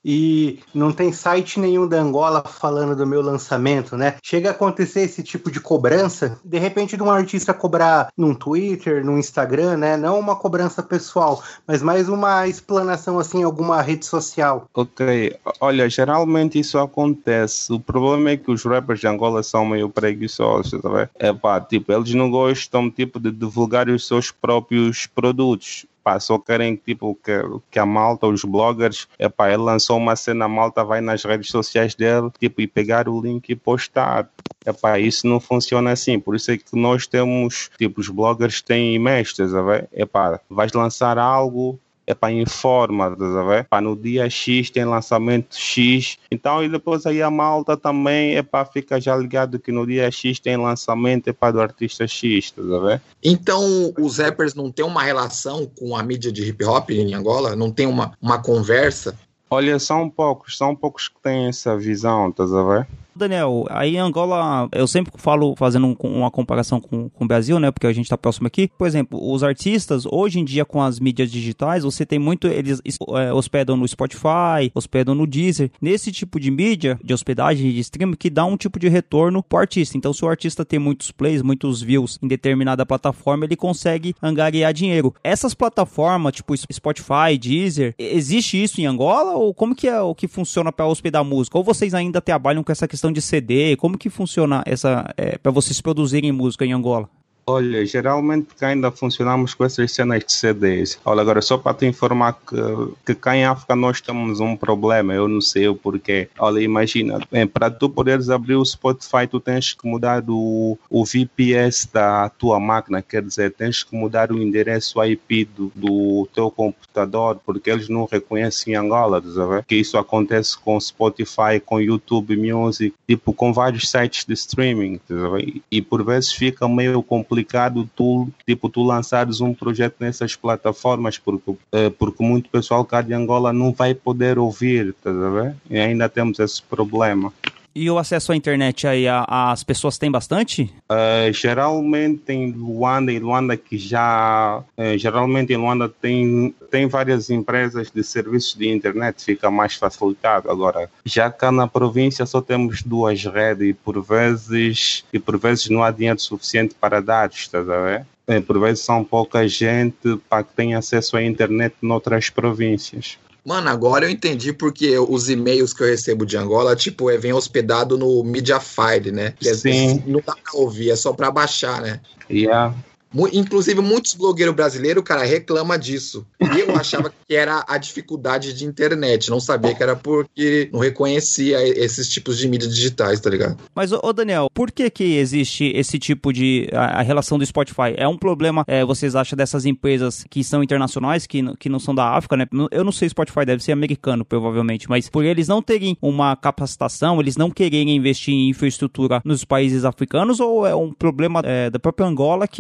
e não tem site nenhum da Angola falando do meu lançamento, né? Chega a acontecer esse tipo de cobrança, de repente de um artista cobrar num Twitter, num Instagram, né? Não uma cobrança pessoal, mas mais uma explanação assim em alguma rede social. Ok, olha, geralmente isso acontece. O problema é que os rappers de Angola são meio preguiçosos, tá vendo? É pá, tipo, eles não gostam tipo de divulgar os seus próprios produtos. Pá, só querem tipo, que, que a malta, os bloggers, epá, ele lançou uma cena, a malta vai nas redes sociais dele tipo, e pegar o link e postar. Epá, isso não funciona assim, por isso é que nós temos, tipo, os bloggers têm mestres, epá, vais lançar algo, epá, informa, epá, no dia X tem lançamento X, então e depois aí a malta também, epá, fica já ligado que no dia X tem lançamento, epá, do artista X, tá vendo? Então os rappers não têm uma relação com a mídia de hip hop em Angola? Não tem uma, uma conversa? Olha, são poucos, são poucos que têm essa visão, tá vendo? Daniel, aí em Angola, eu sempre falo, fazendo um, uma comparação com, com o Brasil, né, porque a gente tá próximo aqui, por exemplo, os artistas, hoje em dia com as mídias digitais, você tem muito, eles é, hospedam no Spotify, hospedam no Deezer, nesse tipo de mídia, de hospedagem de streaming, que dá um tipo de retorno pro artista. Então, se o artista tem muitos plays, muitos views em determinada plataforma, ele consegue angariar dinheiro. Essas plataformas, tipo Spotify, Deezer, existe isso em Angola, ou como que é o que funciona para hospedar música? Ou vocês ainda trabalham com essa questão de C D, como que funciona essa é, para vocês produzirem música em Angola? Olha, geralmente ainda funcionamos com essas cenas de C Ds. Olha, agora só para te informar que, que cá em África nós temos um problema, eu não sei o porquê. Olha, imagina, é, para tu poderes abrir o Spotify, tu tens que mudar o, o V P S da tua máquina, quer dizer, tens que mudar o endereço I P do, do teu computador, porque eles não reconhecem Angola, sabe? Que isso acontece com Spotify, com YouTube Music, tipo, com vários sites de streaming, sabe? E por vezes fica meio complicado complicado tu, tipo, tu lançares um projeto nessas plataformas porque, é, porque muito pessoal cá de Angola não vai poder ouvir, tá vendo? E ainda temos esse problema. E o acesso à internet aí, a, as pessoas têm bastante? Uh, geralmente em Luanda, em Luanda que já... Uh, geralmente em Luanda tem, tem várias empresas de serviços de internet, fica mais facilitado. Agora, já cá na província só temos duas redes e por vezes, e por vezes não há dinheiro suficiente para dar, está a ver? E por vezes são pouca gente para que tenha acesso à internet noutras províncias. Mano, agora eu entendi porque os e-mails que eu recebo de Angola, tipo, é, vem hospedado no Mediafire, né? Que Sim. Não dá pra ouvir, é só pra baixar, né? Yeah. Inclusive, muitos blogueiros brasileiros, cara, reclamam disso. E eu achava que era a dificuldade de internet. Não sabia que era porque não reconhecia esses tipos de mídias digitais, tá ligado? Mas, ô Daniel, por que que existe esse tipo de... A, a relação do Spotify? É um problema, é, vocês acham, dessas empresas que são internacionais, que, que não são da África, né? Eu não sei, Spotify deve ser americano, provavelmente, mas por eles não terem uma capacitação, eles não quererem investir em infraestrutura nos países africanos, ou é um problema é, da própria Angola que não...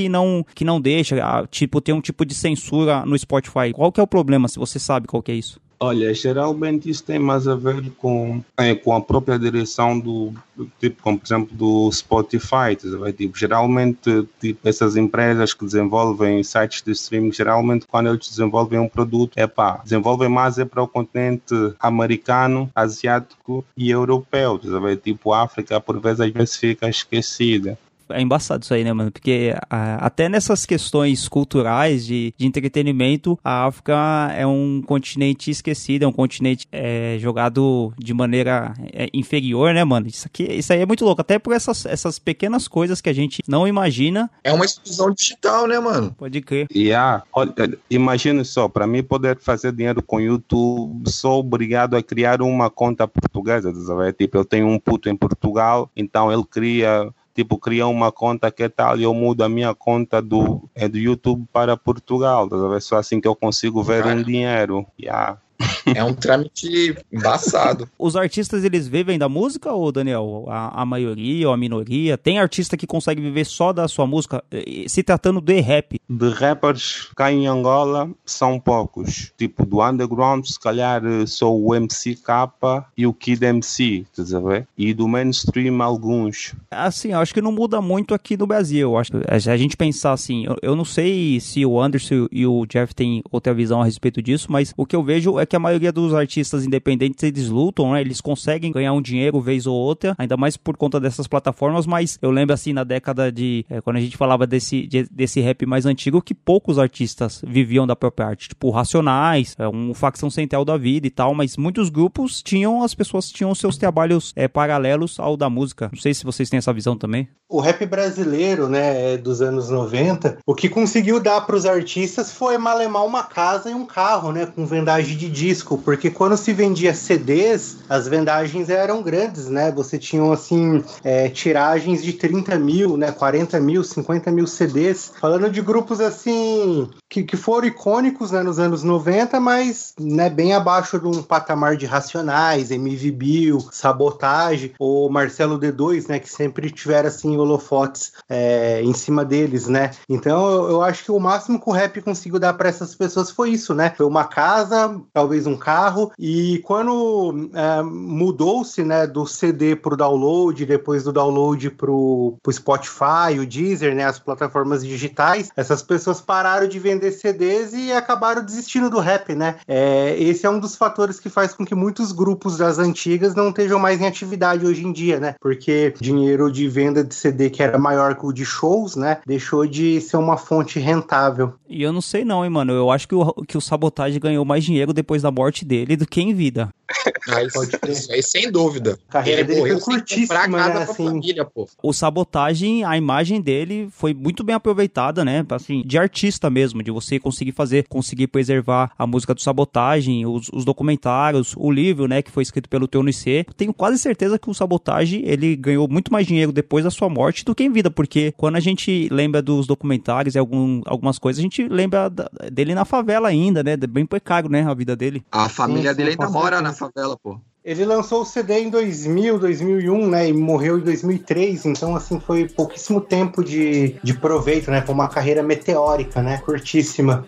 não, que não deixa, tipo, tem um tipo de censura no Spotify. Qual que é o problema, se você sabe qual que é isso? Olha, geralmente isso tem mais a ver com, é, com a própria direção do, tipo, como por exemplo do Spotify, tipo, geralmente tipo, essas empresas que desenvolvem sites de streaming, geralmente quando eles desenvolvem um produto, é pá, desenvolvem mais é para o continente americano, asiático e europeu, tipo, a África por vezes às vezes fica esquecida. É embaçado isso aí, né, mano? Porque a, até nessas questões culturais de, de entretenimento, a África é um continente esquecido, é um continente é, jogado de maneira é, inferior, né, mano? Isso, aqui, isso aí é muito louco, até por essas, essas pequenas coisas que a gente não imagina. É uma exclusão digital, né, mano? Pode crer. Yeah. Olha, imagina só, para mim poder fazer dinheiro com YouTube, sou obrigado a criar uma conta portuguesa, sabe? Tipo, eu tenho um puto em Portugal, então ele cria... Tipo, cria uma conta que tal e eu mudo a minha conta do, é, do YouTube para Portugal. Tá? Só assim que eu consigo ver um dinheiro. Yeah. É um trâmite embaçado. Os artistas, eles vivem da música, ou Daniel? A, a maioria ou a minoria? Tem artista que consegue viver só da sua música, se tratando de rap? De rappers cá em Angola são poucos. Tipo, do underground, se calhar só o M C K e o Kid M C, tá ver? E do mainstream, alguns. Assim, eu acho que não muda muito aqui no Brasil. Eu acho que a gente pensar assim, eu, eu não sei se o Anderson e o Jeff têm outra visão a respeito disso, mas o que eu vejo é que a maioria dos artistas independentes, eles lutam, né? Eles conseguem ganhar um dinheiro vez ou outra, ainda mais por conta dessas plataformas, mas eu lembro assim, na década de... É, quando a gente falava desse, de, desse rap mais antigo, que poucos artistas viviam da própria arte, tipo Racionais, é, um Facção Central da vida e tal, mas muitos grupos tinham, as pessoas tinham seus trabalhos é, paralelos ao da música. Não sei se vocês têm essa visão também. O rap brasileiro, né, dos anos noventa, o que conseguiu dar para os artistas foi malemar uma casa e um carro, né, com vendagem de disco, porque quando se vendia C Ds, as vendagens eram grandes, né, você tinha, assim, é, tiragens de trinta mil, né, quarenta mil, cinquenta mil C Ds, falando de grupos, assim, que, que foram icônicos, né, nos anos noventa, mas, né, bem abaixo de um patamar de Racionais, M V Bill, Sabotagem, ou Marcelo D dois, né, que sempre tiveram, assim, holofotes é, em cima deles, né, então eu, eu acho que o máximo que o rap conseguiu dar para essas pessoas foi isso, né, foi uma casa, talvez um carro, e quando é, mudou-se, né, do C D pro download, depois do download pro, pro Spotify, o Deezer, né, as plataformas digitais, essas pessoas pararam de vender C Ds e acabaram desistindo do rap, né, é, esse é um dos fatores que faz com que muitos grupos das antigas não estejam mais em atividade hoje em dia, né, porque dinheiro de venda de C D que era maior que o de shows, né, deixou de ser uma fonte rentável. E eu não sei não, hein, mano, eu acho que o, que o Sabotagem ganhou mais dinheiro depois da morte dele do que em vida. Ah, isso, isso aí sem dúvida. A carreira ele dele foi curtíssima, né, assim. Família, pô. O Sabotagem, a imagem dele foi muito bem aproveitada, né, assim, de artista mesmo, de você conseguir fazer, conseguir preservar a música do Sabotagem, os, os documentários, o livro, né, que foi escrito pelo T N C. Tenho quase certeza que o Sabotagem, ele ganhou muito mais dinheiro depois da sua morte do que em vida, porque quando a gente lembra dos documentários e algum, algumas coisas, a gente lembra da, dele na favela ainda, né, bem precário, né, a vida dele. A família sim, dele sim, ainda mora na favela, pô. Ele lançou o C D em dois mil, dois mil e um, né, e morreu em dois mil e três, então, assim, foi pouquíssimo tempo de, de proveito, né, foi uma carreira meteórica, né, curtíssima.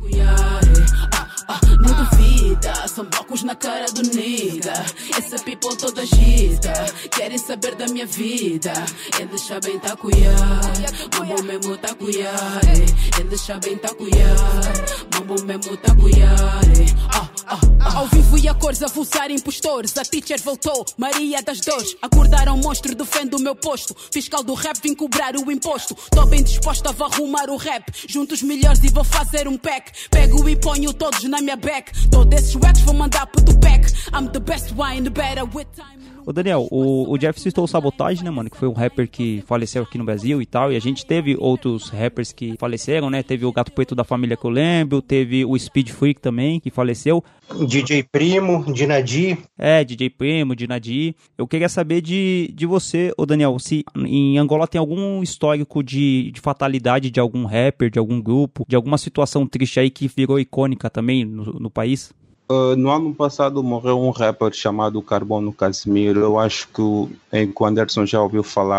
Não duvida, são blocos na cara do nigga. Essa people toda agita, querem saber da minha vida. Eles sabem tacuiar, mambo mesmo tacuiar. Eles sabem tacuiar, mambo mesmo tacuiar. Ah, ah, ah. Ao vivo e a cores, avulsar impostores. A teacher voltou, Maria das Dores. Acordaram monstro, defendo o meu posto. Fiscal do rap, vim cobrar o imposto. Tô bem disposta, vou arrumar o rap. Junto os melhores e vou fazer um pack. Pego e ponho todos na minha back. Todos esses wax vou mandar pro Tupac. I'm the best wine, better with time. Ô Daniel, o, o Jeff citou o Sabotagem, né, mano, que foi um rapper que faleceu aqui no Brasil e tal, e a gente teve outros rappers que faleceram, né, teve o Gato Preto da Família que eu lembro, teve o Speed Freak também, que faleceu. D J Primo, Dinadi. É, D J Primo, Dinadi. Eu queria saber de, de você, ô Daniel, se em Angola tem algum histórico de, de fatalidade de algum rapper, de algum grupo, de alguma situação triste aí que virou icônica também no, no país? Uh, no ano passado morreu um rapper chamado Carbono Casimiro. Eu acho que, em, que o Anderson já ouviu falar.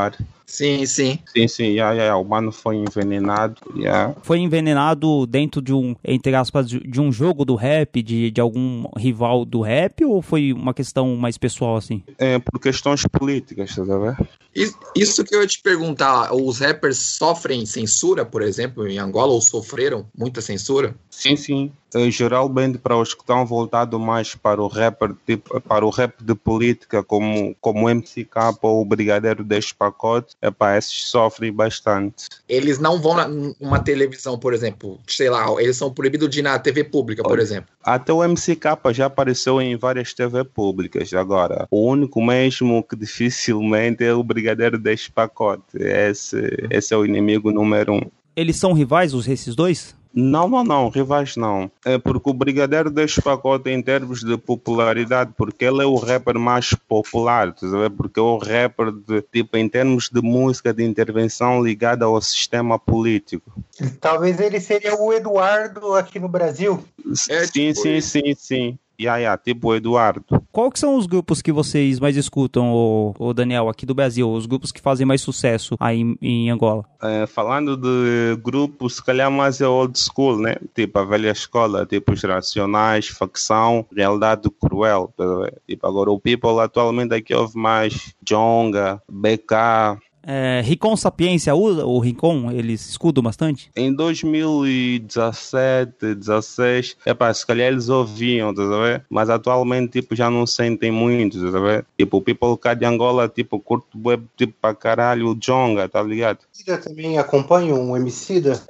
Sim, sim. Sim, sim, yeah, yeah, o mano foi envenenado. Yeah. Foi envenenado dentro de um, entre aspas, de um jogo do rap, de, de algum rival do rap, ou foi uma questão mais pessoal, assim? É, por questões políticas, tá vendo? Isso que eu ia te perguntar, os rappers sofrem censura, por exemplo, em Angola, ou sofreram muita censura? Sim, sim. Geralmente para os que estão voltados mais para o rapper, tipo, para o rap de política, como, como M C K ou o Brigadeiro deste pacote, epá, esses sofrem bastante. Eles não vão numa televisão, por exemplo, sei lá, eles são proibidos de ir na T V pública, por exemplo. Até o M C K já apareceu em várias T V públicas. Agora, o único mesmo que dificilmente é o Brigadeiro deste pacote. Esse, esse é o inimigo número um. Eles são rivais, os, esses dois? Não, não, não, rivais não. É porque o Brigadeiro deste pacote em termos de popularidade, porque ele é o rapper mais popular, porque é o rapper de, tipo, em termos de música de intervenção ligada ao sistema político. Talvez ele seria o Eduardo aqui no Brasil. É, sim, tipo sim, isso. sim, sim. Yeah, yeah, tipo o Eduardo. Qual que são os grupos que vocês mais escutam, o, o Daniel, aqui do Brasil? Os grupos que fazem mais sucesso aí em, em Angola? É, falando de grupos, se calhar mais é old school, né? Tipo a velha escola, tipo os Racionais, Facção, Realidade Cruel. Tipo, agora o People atualmente aqui ouve mais Jonga, B K... É, Rincon Sapiência usa o Rincon? Eles escudam bastante? Em dois mil e dezassete, dezasseis, epá, se calhar eles ouviam, tá vendo? Mas atualmente tipo, já não sentem muito, tá vendo? Tipo, o People cá de Angola, tipo, curto web, tipo, pra caralho, o Jonga, tá ligado? Emicida também acompanha um Emicida?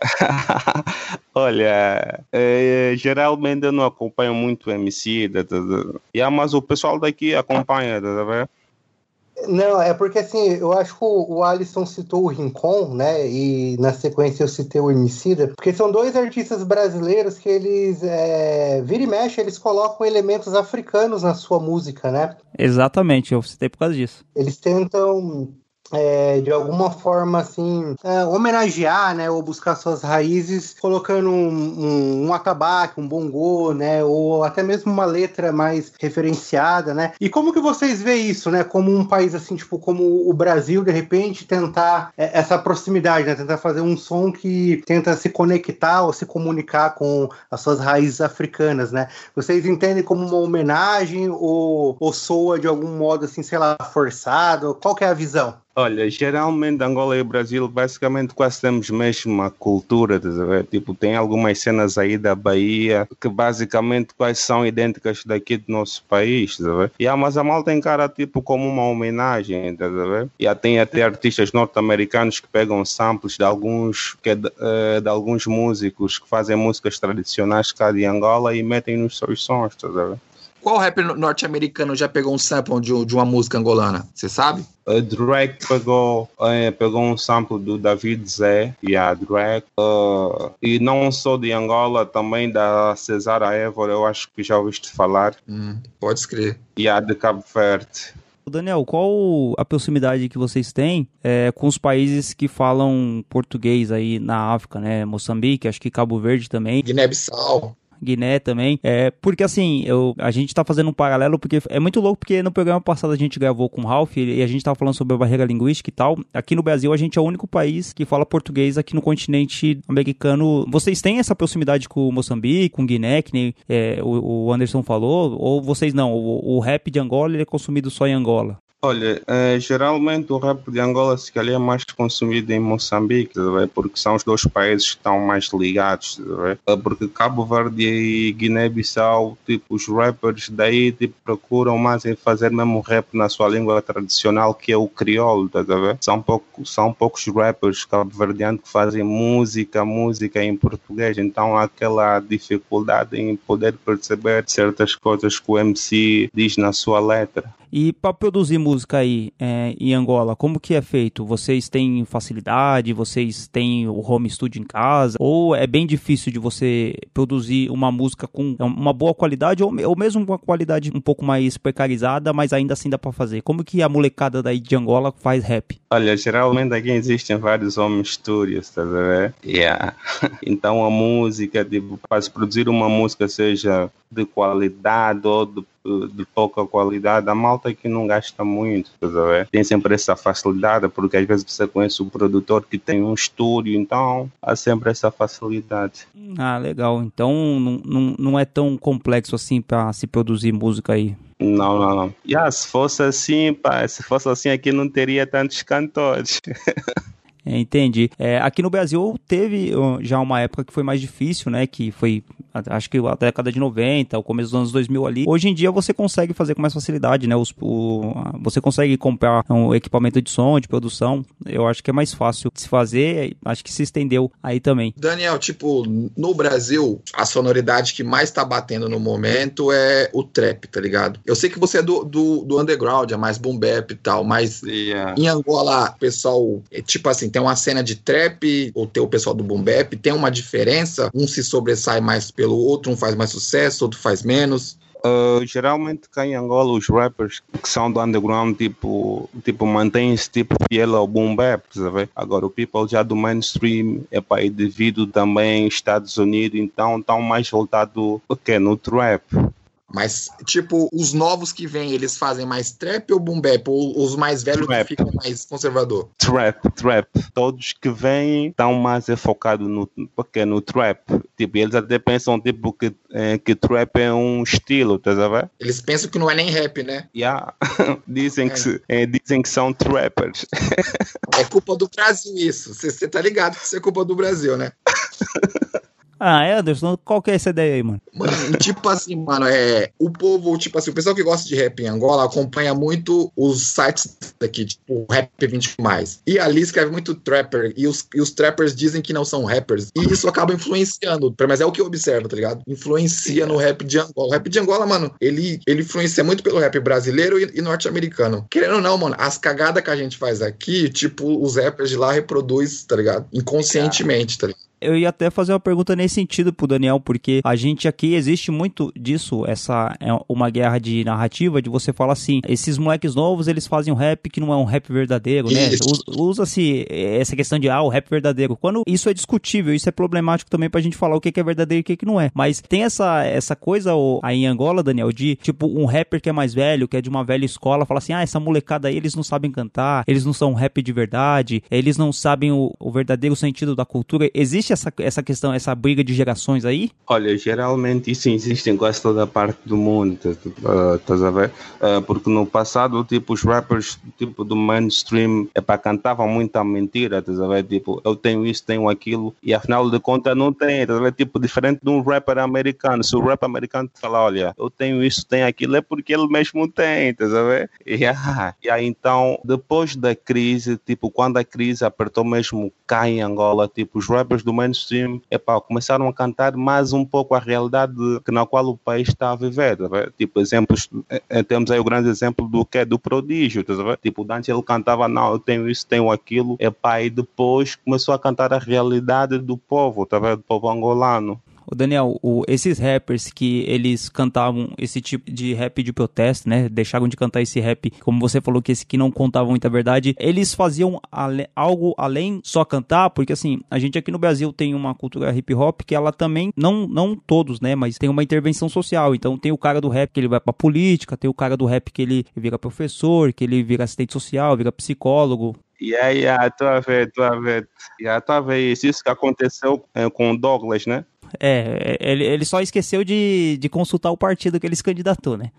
Olha, é, geralmente eu não acompanho muito o Emicida, tá vendo? Yeah, mas o pessoal daqui acompanha, tá vendo? Não, é porque assim, eu acho que o, o Alisson citou o Rincon, né, e na sequência eu citei o Emicida, porque são dois artistas brasileiros que eles, é, vira e mexe, eles colocam elementos africanos na sua música, né? Exatamente, eu citei por causa disso. Eles tentam... É, de alguma forma, assim, é, homenagear, né, ou buscar suas raízes, colocando um, um, um atabaque, um bongô, né, ou até mesmo uma letra mais referenciada, né, e como que vocês veem isso, né, como um país, assim, tipo, como o Brasil, de repente, tentar é, essa proximidade, né, tentar fazer um som que tenta se conectar ou se comunicar com as suas raízes africanas, né, vocês entendem como uma homenagem ou, ou soa de algum modo, assim, sei lá, forçado, qual que é a visão? Olha, geralmente Angola e o Brasil basicamente quase temos mesmo a cultura, tá vendo? Tipo, tem algumas cenas aí da Bahia que basicamente quase são idênticas daqui do nosso país, tá vendo? E a mas a malta encara tipo como uma homenagem, tá vendo? E tem até artistas norte-americanos que pegam samples de alguns, que, uh, de alguns músicos que fazem músicas tradicionais cá de Angola e metem nos seus sons, tá vendo? Qual rapper norte-americano já pegou um sample de, de uma música angolana? Você sabe? Uh, Drake pegou, uh, pegou um sample do David Zé, e yeah, a Drake. Uh, e não só de Angola, também da Cesara Évora, eu acho que já ouviste falar. Hum, pode escrever. E a de Cabo Verde. Daniel, qual a proximidade que vocês têm é, com os países que falam português aí na África, né? Moçambique, acho que Cabo Verde também. Guiné-Bissau. Guiné também, é, porque assim, eu, a gente tá fazendo um paralelo, porque é muito louco, porque no programa passado a gente gravou com o Ralph e a gente tava falando sobre a barreira linguística e tal. Aqui no Brasil a gente é o único país que fala português aqui no continente americano. Vocês têm essa proximidade com o Moçambique, com o Guiné, que nem é, o, o Anderson falou, ou vocês não? O, o rap de Angola ele é consumido só em Angola? Olha, uh, geralmente o rap de Angola se calhar é mais consumido em Moçambique, tá, porque são os dois países que estão mais ligados, tá, porque Cabo Verde e Guiné-Bissau, tipo, os rappers daí tipo, procuram mais em fazer mesmo rap na sua língua tradicional, que é o crioulo, tá, tá, são, pouco, são poucos rappers cabo-verdianos que fazem música, música em português, então há aquela dificuldade em poder perceber certas coisas que o M C diz na sua letra. E para produzir música aí é, em Angola, como que é feito? Vocês têm facilidade? Vocês têm o home studio em casa? Ou é bem difícil de você produzir uma música com uma boa qualidade ou, ou mesmo uma qualidade um pouco mais precarizada, mas ainda assim dá para fazer? Como que a molecada daí de Angola faz rap? Olha, geralmente aqui existem vários home studios, tá vendo? Yeah. Então a música, tipo, para se produzir uma música seja de qualidade ou de de pouca qualidade, a malta que não gasta muito, tá vendo? Tem sempre essa facilidade, porque às vezes você conhece o produtor que tem um estúdio, então há sempre essa facilidade. Ah, legal. Então não, não, não é tão complexo assim para se produzir música aí. Não, não, não. Yeah, se fosse assim, pá, se fosse assim aqui não teria tantos cantores. É, entendi. É, aqui no Brasil teve já uma época que foi mais difícil, né? Que foi, acho que a década de noventa, o começo dos anos dois mil ali. Hoje em dia você consegue fazer com mais facilidade, né? Os, o, você consegue comprar um equipamento de som, de produção. Eu acho que é mais fácil de se fazer. Acho que se estendeu aí também. Daniel, tipo, no Brasil, a sonoridade que mais tá batendo no momento é o trap, tá ligado? Eu sei que você é do, do, do underground, é mais boom bap e tal, mas yeah. Em Angola, o pessoal, é, tipo assim, tem uma cena de trap, ou tem o pessoal do boom bap, tem uma diferença? Um se sobressai mais pelo outro, um faz mais sucesso, outro faz menos? Uh, geralmente cá em Angola os rappers que são do underground tipo, tipo mantêm-se tipo fiel ao boom bap, sabe? Agora o people já do mainstream é para ir devido também Estados Unidos, então estão mais voltado okay, no trap. Mas, tipo, os novos que vêm, eles fazem mais trap ou boom bap? Ou os mais velhos trap. Que ficam mais conservador? Trap, trap. Todos que vêm estão mais focados no, porque, no trap. Tipo, eles até pensam tipo, que, é, que trap é um estilo, tá sabendo? Eles pensam que não é nem rap, né? Yeah. dizem, é. Que, é, dizem que são trappers. É culpa do Brasil isso. Você tá ligado que isso é culpa do Brasil, né? Ah, Anderson, qual que é essa ideia aí, mano? Mano, tipo assim, mano, é... O povo, tipo assim, o pessoal que gosta de rap em Angola acompanha muito os sites daqui, tipo, Rap vinte mais. E ali escreve muito trapper, e os, e os trappers dizem que não são rappers. E isso acaba influenciando, mas é o que eu observo, tá ligado? Influencia no rap de Angola. O rap de Angola, mano, ele, ele influencia muito pelo rap brasileiro e, e norte-americano. Querendo ou não, mano, as cagadas que a gente faz aqui, tipo, os rappers de lá reproduzem, tá ligado? Inconscientemente, tá ligado? Eu ia até fazer uma pergunta nesse sentido pro Daniel, porque a gente aqui existe muito disso, essa é uma guerra de narrativa, de você falar assim, esses moleques novos, eles fazem um rap que não é um rap verdadeiro, né? Usa-se essa questão de, ah, o rap verdadeiro. Quando isso é discutível, isso é problemático também pra gente falar o que é verdadeiro e o que não é. Mas tem essa, essa coisa aí em Angola, Daniel, de, tipo, um rapper que é mais velho, que é de uma velha escola, fala assim, ah, essa molecada aí, eles não sabem cantar, eles não são rap de verdade, eles não sabem o, o verdadeiro sentido da cultura. Existe essa, essa questão, essa briga de gerações aí? Olha, geralmente isso existe em quase toda a parte do mundo, estás uh, a ver? Uh, porque no passado, tipo, os rappers tipo, do mainstream epá, cantavam muita mentira, estás a ver? Tipo, eu tenho isso, tenho aquilo, e afinal de contas não tem, estás a ver? Tipo, diferente de um rapper americano. Se o rapper americano te falar, olha, eu tenho isso, tenho aquilo, é porque ele mesmo tem, estás a ver? E, ah, e aí então, depois da crise, tipo, quando a crise apertou mesmo cá em Angola, tipo, os rappers do mainstream epá, começaram a cantar mais um pouco a realidade que, na qual o país está a viver, tá vendo? Tipo, exemplos, é, temos aí o grande exemplo do que é do Prodígio, tá vendo? Tipo, o Dante ele cantava, não, eu tenho isso, tenho aquilo, epá, e depois começou a cantar a realidade do povo, tá vendo? Do povo angolano. O Daniel, o, esses rappers que eles cantavam esse tipo de rap de protesto, né? Deixaram de cantar esse rap, como você falou, que esse que não contava muita verdade. Eles faziam ale, algo além só cantar, porque assim, a gente aqui no Brasil tem uma cultura hip hop que ela também, não, não todos, né? Mas tem uma intervenção social. Então tem o cara do rap que ele vai pra política, tem o cara do rap que ele vira professor, que ele vira assistente social, vira psicólogo. E aí, yeah, tô a ver, tô a ver. Yeah, tô a ver isso, isso que aconteceu é, com o Douglas, né? É, ele, ele só esqueceu de, de consultar o partido que ele se candidatou, né?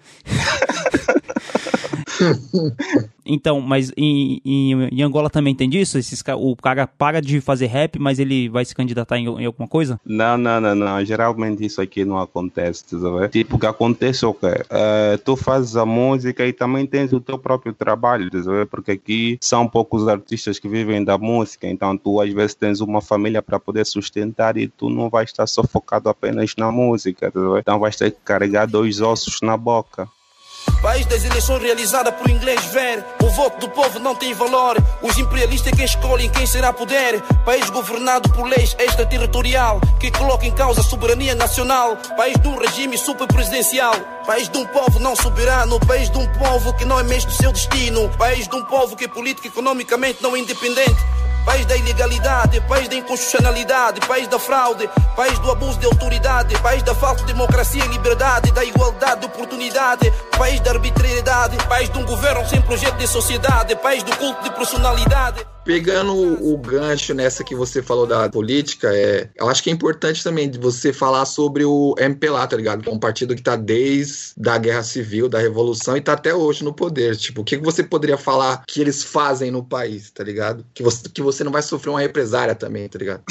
Então, mas em, em, em Angola também tem disso? Esses, o cara para de fazer rap, mas ele vai se candidatar em, em alguma coisa? Não, não, não, não. Geralmente isso aqui não acontece, sabe? Tipo, o que acontece é o quê? Uh, tu fazes a música e também tens o teu próprio trabalho, sabe? Porque aqui são poucos artistas que vivem da música, então tu às vezes tens uma família para poder sustentar e tu não vais estar só focado apenas na música, sabe? Então vais ter que carregar dois ossos na boca. País das eleições realizada por inglês ver. O voto do povo não tem valor. Os imperialistas quem escolhem quem será poder. País governado por leis extraterritorial que colocam em causa a soberania nacional. País de um regime superpresidencial. País de um povo não soberano. País de um povo que não é mesmo do seu destino. País de um povo que é político e economicamente não é independente. país da ilegalidade, país da inconstitucionalidade, país da fraude, país do abuso de autoridade, país da falta de democracia e liberdade, da igualdade de oportunidade, país da arbitrariedade, país de um governo sem projeto de sociedade, país do culto de personalidade. Pegando o gancho nessa que você falou da política, é, eu acho que é importante também de você falar sobre o M P L A, tá ligado? Que é um partido que tá desde a Guerra Civil, da Revolução, e tá até hoje no poder. Tipo, o que você poderia falar que eles fazem no país, tá ligado? Que você, que você não vai sofrer uma represária também, tá ligado?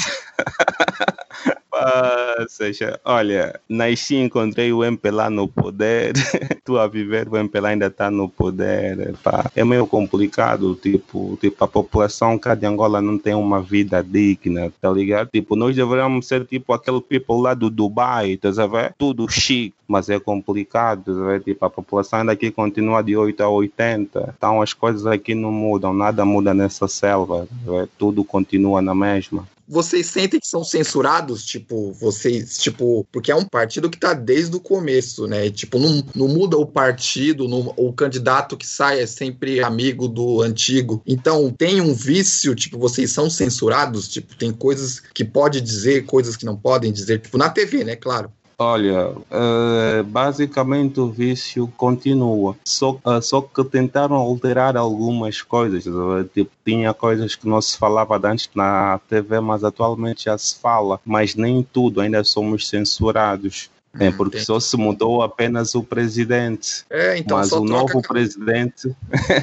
Ah, seja, olha, nasci e encontrei o M P L A no poder, tu a viver, o M P L A ainda está no poder, pá. É meio complicado, tipo, tipo, a população cá de Angola não tem uma vida digna, tá ligado? Tipo, nós deveríamos ser tipo aquele people lá do Dubai, tá sabendo? Tudo chique, mas é complicado, tá sabendo? Tipo, a população ainda aqui continua de oito a oitenta, então as coisas aqui não mudam, nada muda nessa selva, tá, tudo continua na mesma. Vocês sentem que são censurados, tipo, vocês, tipo, porque é um partido que tá desde o começo, né, tipo, não, não muda o partido, não, o candidato que sai é sempre amigo do antigo, então tem um vício, tipo, vocês são censurados, tipo, tem coisas que pode dizer, coisas que não podem dizer, tipo, na T V, né, claro. Olha, uh, basicamente o vício continua, só, uh, só que tentaram alterar algumas coisas, tipo, tinha coisas que não se falava antes na T V, mas atualmente já se fala, mas nem tudo, ainda somos censurados. É, porque hum, só se mudou apenas o presidente. É, então mas só o novo a... presidente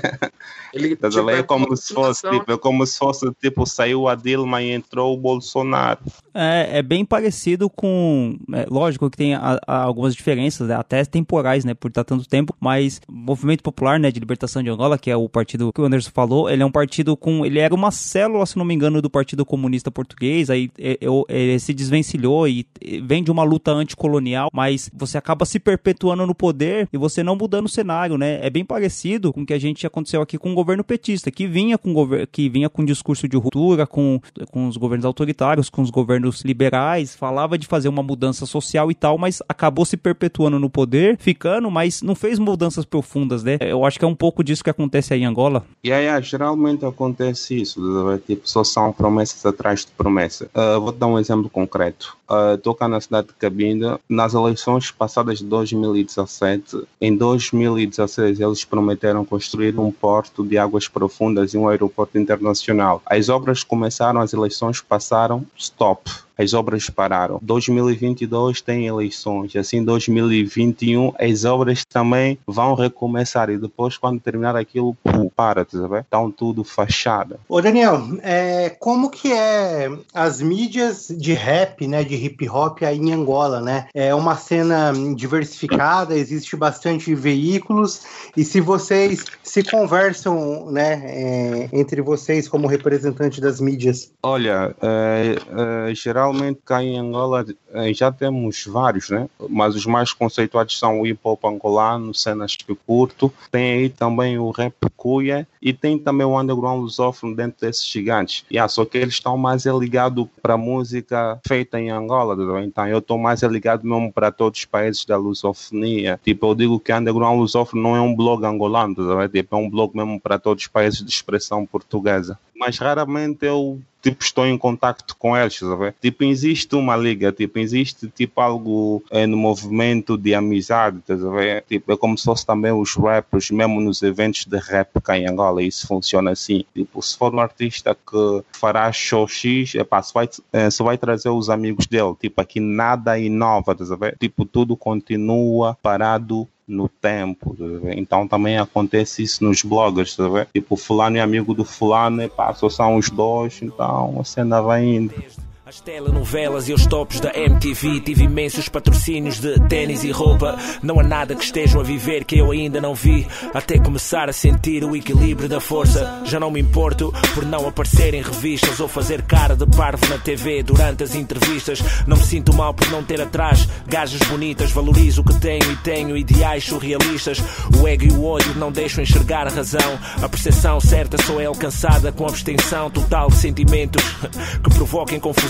ele, tipo, é, como se fosse, tipo, é como se fosse tipo, saiu a Dilma e entrou o Bolsonaro. É, é bem parecido com, é, lógico que tem a, a, algumas diferenças, né, até temporais, né, por estar tanto tempo, mas o Movimento Popular, né, de Libertação de Angola, que é o partido que o Anderson falou, ele é um partido com, ele era uma célula, se não me engano, do Partido Comunista Português, aí eu, ele se desvencilhou e vem de uma luta anticolonial, mas você acaba se perpetuando no poder e você não mudando o cenário, né? É bem parecido com o que a gente aconteceu aqui com o governo petista, que vinha com gover- que vinha com discurso de ruptura, com, com os governos autoritários, com os governos liberais, falava de fazer uma mudança social e tal, mas acabou se perpetuando no poder, ficando, mas não fez mudanças profundas, né? Eu acho que é um pouco disso que acontece aí em Angola. E aí, yeah, geralmente acontece isso, tipo, só são promessas atrás de promessa. Uh, vou dar um exemplo concreto. Estou uh, cá na cidade de Cabinda, nas eleições passadas de dois mil e dezassete, em dois mil e dezasseis eles prometeram construir um porto de águas profundas e um aeroporto internacional. As obras começaram, as eleições passaram, stop. As obras pararam. dois mil e vinte e dois tem eleições, assim dois mil e vinte e um as obras também vão recomeçar e depois quando terminar aquilo, pum, para, tá vendo? Estão tudo fachada. Ô Daniel, é, como que é as mídias de rap, né, de hip hop aí em Angola, né? É uma cena diversificada, existe bastante veículos e se vocês se conversam, né, é, entre vocês como representantes das mídias? Olha, é, é, geral Realmente cá em Angola já temos vários, né? Mas os mais conceituados são o hip hop angolano, cenas que curto, tem aí também o rap cuia e tem também o underground lusófono dentro desses gigantes. Yeah, só que eles estão mais ligados para a música feita em Angola, tá? Então eu estou mais ligado mesmo para todos os países da lusofonia. Tipo, eu digo que underground lusófono não é um blog angolano, tá? Tipo, é um blog mesmo para todos os países de expressão portuguesa. Mas raramente eu tipo, estou em contacto com eles, sabe? Tipo, existe uma liga, tipo, existe tipo algo é, no movimento de amizade, sabe? Tipo, é como se fosse também os rappers, mesmo nos eventos de rap cá em Angola, isso funciona assim. Tipo, se for um artista que fará show X, epá, só, vai, é, só vai trazer os amigos dele, tipo, aqui nada inova, sabe? Tipo, tudo continua parado no tempo, então também acontece isso nos bloggers, tá? Tipo, fulano é amigo do fulano, e pá, só são os dois, então a cena vai indo. As telenovelas e os tops da M T V, tive imensos patrocínios de tênis e roupa. Não há nada que estejam a viver que eu ainda não vi, até começar a sentir o equilíbrio da força. Já não me importo por não aparecer em revistas ou fazer cara de parvo na T V durante as entrevistas. Não me sinto mal por não ter atrás gajas bonitas. Valorizo o que tenho e tenho ideais surrealistas. O ego e o ódio não deixam enxergar a razão. A percepção certa só é alcançada com abstenção total de sentimentos que provoquem confusão.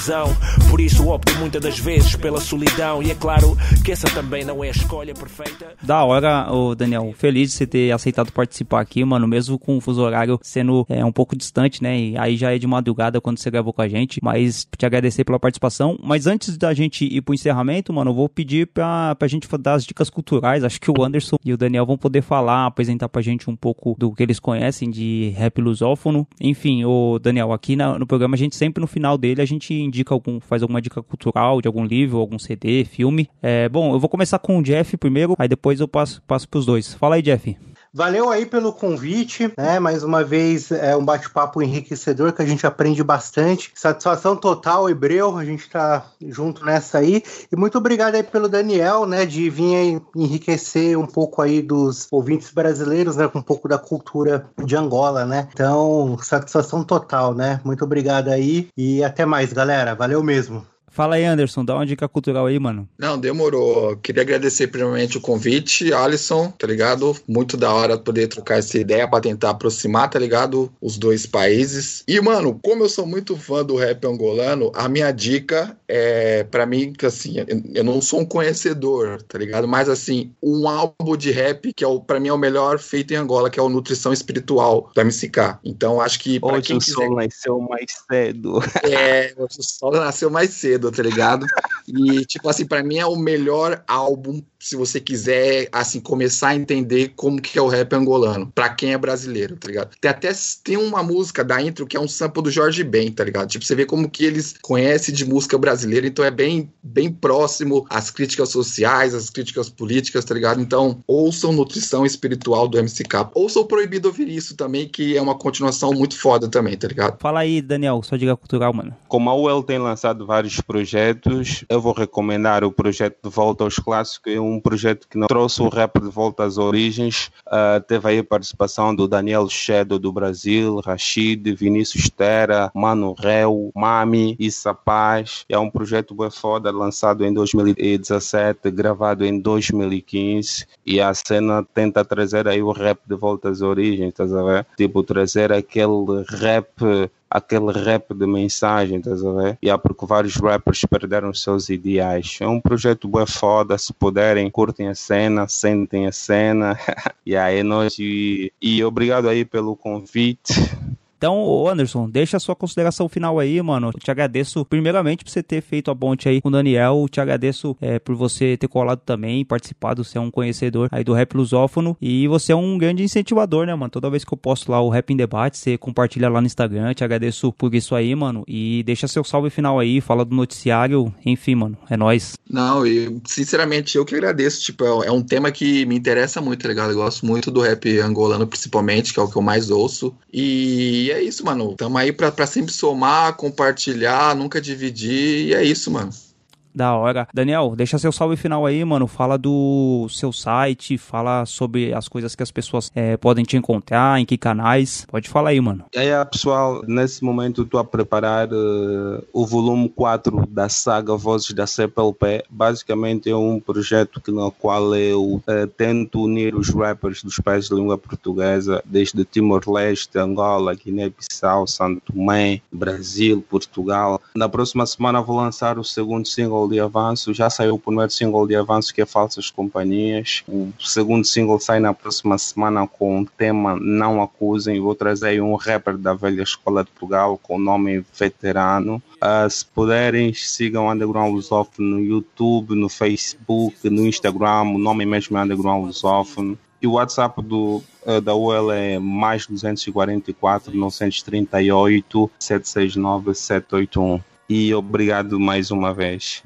razão. Por isso opto muitas das vezes pela solidão. E é claro que essa também não é a escolha perfeita. Da hora, ô Daniel, feliz de você ter aceitado participar aqui, mano, mesmo com o fuso horário sendo é, um pouco distante, né, e aí já é de madrugada quando você gravou com a gente, mas te agradecer pela participação. Mas antes da gente ir pro encerramento, mano, eu vou pedir pra, pra gente dar as dicas culturais. Acho que o Anderson e o Daniel vão poder falar, apresentar pra gente um pouco do que eles conhecem de rap lusófono. Enfim, o Daniel, aqui na, no programa a gente sempre no final dele a gente indica algum, faz alguma dica cultural de algum livro, algum C D, filme. É, bom, eu vou começar com o Jeff primeiro, aí depois eu passo, passo pros dois. Fala aí, Jeff. Valeu aí pelo convite, né? Mais uma vez é um bate-papo enriquecedor que a gente aprende bastante. Satisfação total, Hebreu, a gente tá junto nessa aí. E muito obrigado aí pelo Daniel, né? De vir aí enriquecer um pouco aí dos ouvintes brasileiros, né? Com um pouco da cultura de Angola, né? Então, satisfação total, né? Muito obrigado aí e até mais, galera. Valeu mesmo. Fala aí, Anderson, dá uma dica cultural aí, mano. Não, demorou. Queria agradecer primeiramente o convite, Alisson, tá ligado? Muito da hora poder trocar essa ideia pra tentar aproximar, tá ligado? Os dois países. E, mano, como eu sou muito fã do rap angolano, a minha dica é, pra mim, que assim, eu não sou um conhecedor, tá ligado? Mas, assim, um álbum de rap que é o, pra mim é o melhor feito em Angola, que é o Nutrição Espiritual, do M C K. Então, acho que pra hoje quem o quiser... sol nasceu mais cedo. É, hoje o sol nasceu mais cedo, tá ligado? E, tipo assim, pra mim é o melhor álbum, se você quiser, assim, começar a entender como que é o rap angolano, pra quem é brasileiro, tá ligado? Tem até, tem uma música da intro que é um sample do Jorge Ben, tá ligado? Tipo, você vê como que eles conhecem de música brasileira, então é bem, bem próximo às críticas sociais, às críticas políticas, tá ligado? Então, ouçam Nutrição Espiritual do M C K. Ouçam Proibido Ouvir Isso também, que é uma continuação muito foda também, tá ligado? Fala aí, Daniel, sua dica cultural, mano. Como a U E L tem lançado vários projetos, eu vou recomendar o projeto De Volta aos Clássicos. É um projeto que não trouxe o rap de volta às origens. Uh, teve aí a participação do Daniel Shadow do Brasil, Rashid, Vinícius Terra, Mano Réu, Mami, Issa Paz. É um projeto bem foda, lançado em dois mil e dezassete, gravado em dois mil e quinze, e a cena tenta trazer aí o rap de volta às origens, estás a ver? Tipo, trazer aquele rap aquele rap de mensagem, estás a ver? E há porque vários rappers perderam os seus ideais. É um projeto bem foda, se puderem, curtem a cena, sentem a cena. E aí nós, e, e obrigado aí pelo convite. Então, Anderson, deixa a sua consideração final aí, mano. Eu te agradeço, primeiramente, por você ter feito a ponte aí com o Daniel. Eu te agradeço é, por você ter colado também, participado, você é um conhecedor aí do rap lusófono. E você é um grande incentivador, né, mano? Toda vez que eu posto lá o Rap em Debate, você compartilha lá no Instagram. Eu te agradeço por isso aí, mano. E deixa seu salve final aí, fala do noticiário. Enfim, mano, é nóis. Não, e sinceramente, eu que agradeço. Tipo, é um tema que me interessa muito, tá ligado? Eu gosto muito do rap angolano, principalmente, que é o que eu mais ouço. E E é isso, mano. Tamo aí pra, pra sempre somar, compartilhar, nunca dividir. E é isso, mano. Da hora. Daniel, deixa seu salve final aí, mano. Fala do seu site, fala sobre as coisas que as pessoas é, podem te encontrar, em que canais. Pode falar aí, mano. E aí, pessoal, nesse momento eu estou a preparar uh, o volume quatro da saga Vozes da C P L P. Basicamente é um projeto que, no qual eu uh, tento unir os rappers dos países de língua portuguesa, desde Timor-Leste, Angola, Guiné-Bissau, Santo Tomé, Brasil, Portugal. Na próxima semana vou lançar o segundo single de avanço. Já saiu o primeiro single de avanço, que é Falsas Companhias. O segundo single sai na próxima semana com o tema Não Acusem. Vou trazer aí um rapper da velha escola de Portugal com o nome Veterano. Uh, se puderem, sigam Underground Lusófono no YouTube, no Facebook, no Instagram. O nome mesmo é Underground Lusófono. E o WhatsApp do, uh, da U E L é mais duzentos e quarenta e quatro, novecentos e trinta e oito, setecentos e sessenta e nove, setecentos e oitenta e um. E obrigado mais uma vez.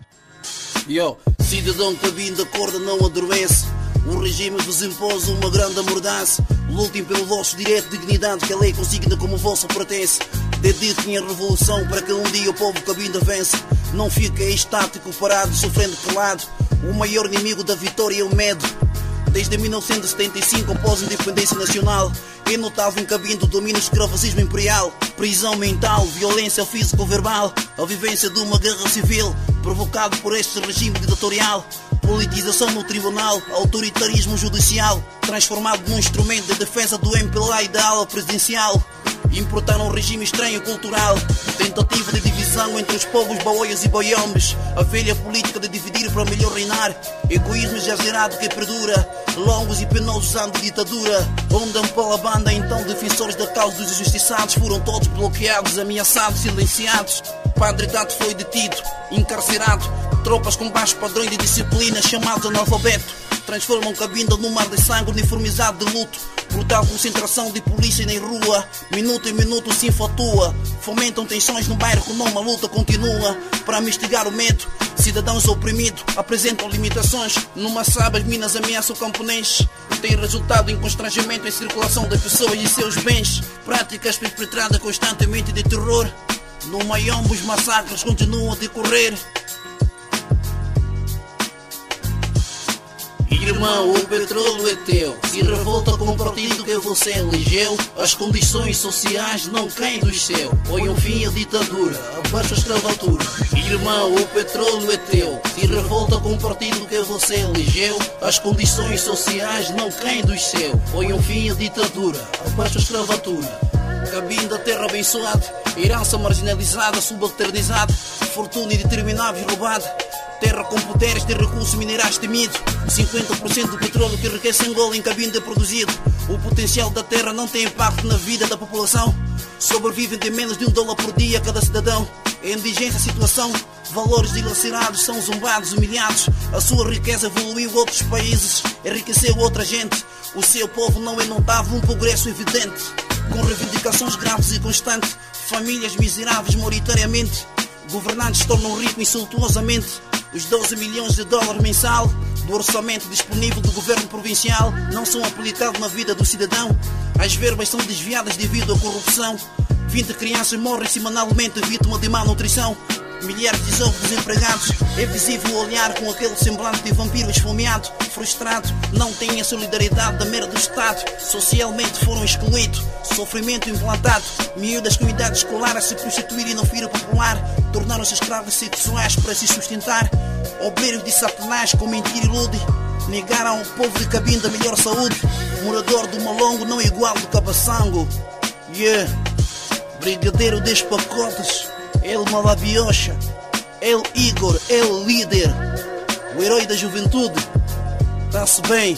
Yo, cidadão cabindo, acorda, não adormece. O regime vos impôs uma grande amordaça. Lutem pelo vosso direito, dignidade, que a lei consigna como vosso pertence. Dediquem a revolução para que um dia o povo cabindo vence. Não fiquem estático, parado, sofrendo calado. O maior inimigo da vitória é o medo. Desde mil novecentos e setenta e cinco, após a independência nacional, é notável em cabindo o domínio do escravagismo imperial. Prisão mental, violência físico-verbal, a vivência de uma guerra civil provocado por este regime ditatorial. Politização no tribunal, autoritarismo judicial transformado num instrumento de defesa do M P L A e da ala presidencial. Importaram um regime estranho cultural, tentativa de divisão entre os povos baoias e boiombes, a velha política de dividir para melhor reinar, egoísmo exagerado que perdura, longos e penosos anos de ditadura, onde pela banda então defensores da causa dos injustiçados foram todos bloqueados, ameaçados, silenciados. Padre Tato foi detido, encarcerado, tropas com baixos padrões de disciplina chamados analfabeto, transformam Cabinda num mar de sangue uniformizado de luto. Brutal concentração de polícia na rua, minuto em minuto se infatua. Fomentam tensões no bairro como uma luta continua. Para mistigar o medo, cidadãos oprimidos apresentam limitações. Numa sábado as minas ameaçam o camponês. Tem resultado em constrangimento em circulação das pessoas e seus bens. Práticas perpetradas constantemente de terror. No Maiombo os massacres continuam a decorrer. Irmão, o petróleo é teu. Se revolta com o partido que você elegeu, as condições sociais não caem do céu. Põe um fim à ditadura, abaixo a escravatura. Irmão, o petróleo é teu. Se revolta com o partido que você elegeu, as condições sociais não caem do céu. Põe um fim à ditadura, abaixo a escravatura. Cabinda, terra abençoada, herança marginalizada, subalternizada, fortuna indeterminável roubada. Terra com poderes de recursos minerais temido. cinquenta por cento do petróleo que enriquece Angola em Cabinda é produzido. O potencial da terra não tem impacto na vida da população. Sobrevivem de menos de um dólar por dia cada cidadão. Em indigência situação, valores dilacerados, são zombados, humilhados. A sua riqueza evoluiu em outros países, enriqueceu outra gente. O seu povo não é notável, um progresso evidente. Com reivindicações graves e constantes, famílias miseráveis maioritariamente. Governantes tornam rico insultuosamente. Os doze milhões de dólares mensal do orçamento disponível do governo provincial não são aplicados na vida do cidadão. As verbas são desviadas devido à corrupção. vinte crianças morrem semanalmente vítimas de má nutrição. Milhares de jovens desempregados. É visível o olhar com aquele semblante de vampiro esfomeado, frustrado. Não têm a solidariedade da mera do Estado. Socialmente foram excluídos. Sofrimento implantado. Miúdas comunidades escolares a se prostituírem na feira popular. Tornaram-se escravos sexuais para se sustentar. Obreiros de Satanás com mentira e ilude. Negaram ao povo de Cabinda melhor saúde. Morador do Malongo não é igual do Cabaçango. Yeah. Brigadeiro dos pacotes. El Malabiocha, El Igor, El Líder, o herói da juventude. Está-se bem.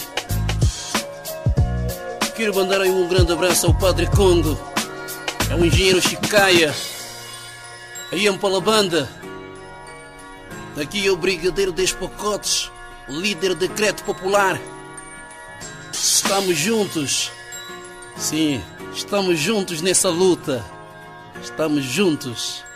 Quero mandar aí um grande abraço ao Padre Congo, é um engenheiro Chicaia, aí em Palabanda. Daqui é o Brigadeiro dos Pacotes, o líder decreto popular. Estamos juntos, sim, estamos juntos nessa luta, estamos juntos.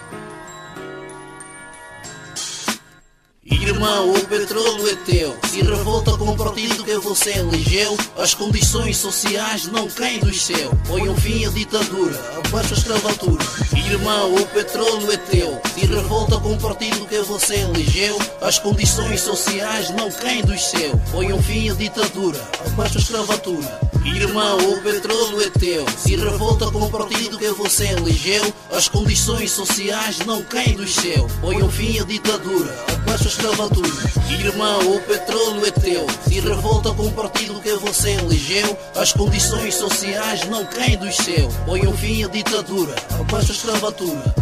Irmão, o petróleo é teu. Se revolta com o partido que você elegeu, as condições sociais não caem do céu. Põe um fim à ditadura, abaixo a escravatura. Irmão, o petróleo é teu. Se revolta com o partido que você elegeu, as condições sociais não caem do céu. Põe um fim à ditadura, abaixo a escravatura. Irmão, o petróleo é teu. Se revolta com o partido que você elegeu, as condições sociais não caem do céu. Põe um fim à ditadura, abaixo a escravatura. Irmão, o petróleo é teu. Se revolta com o partido que você elegeu, as condições sociais não caem do céu. Põe um fim à ditadura, abaixo a escravatura.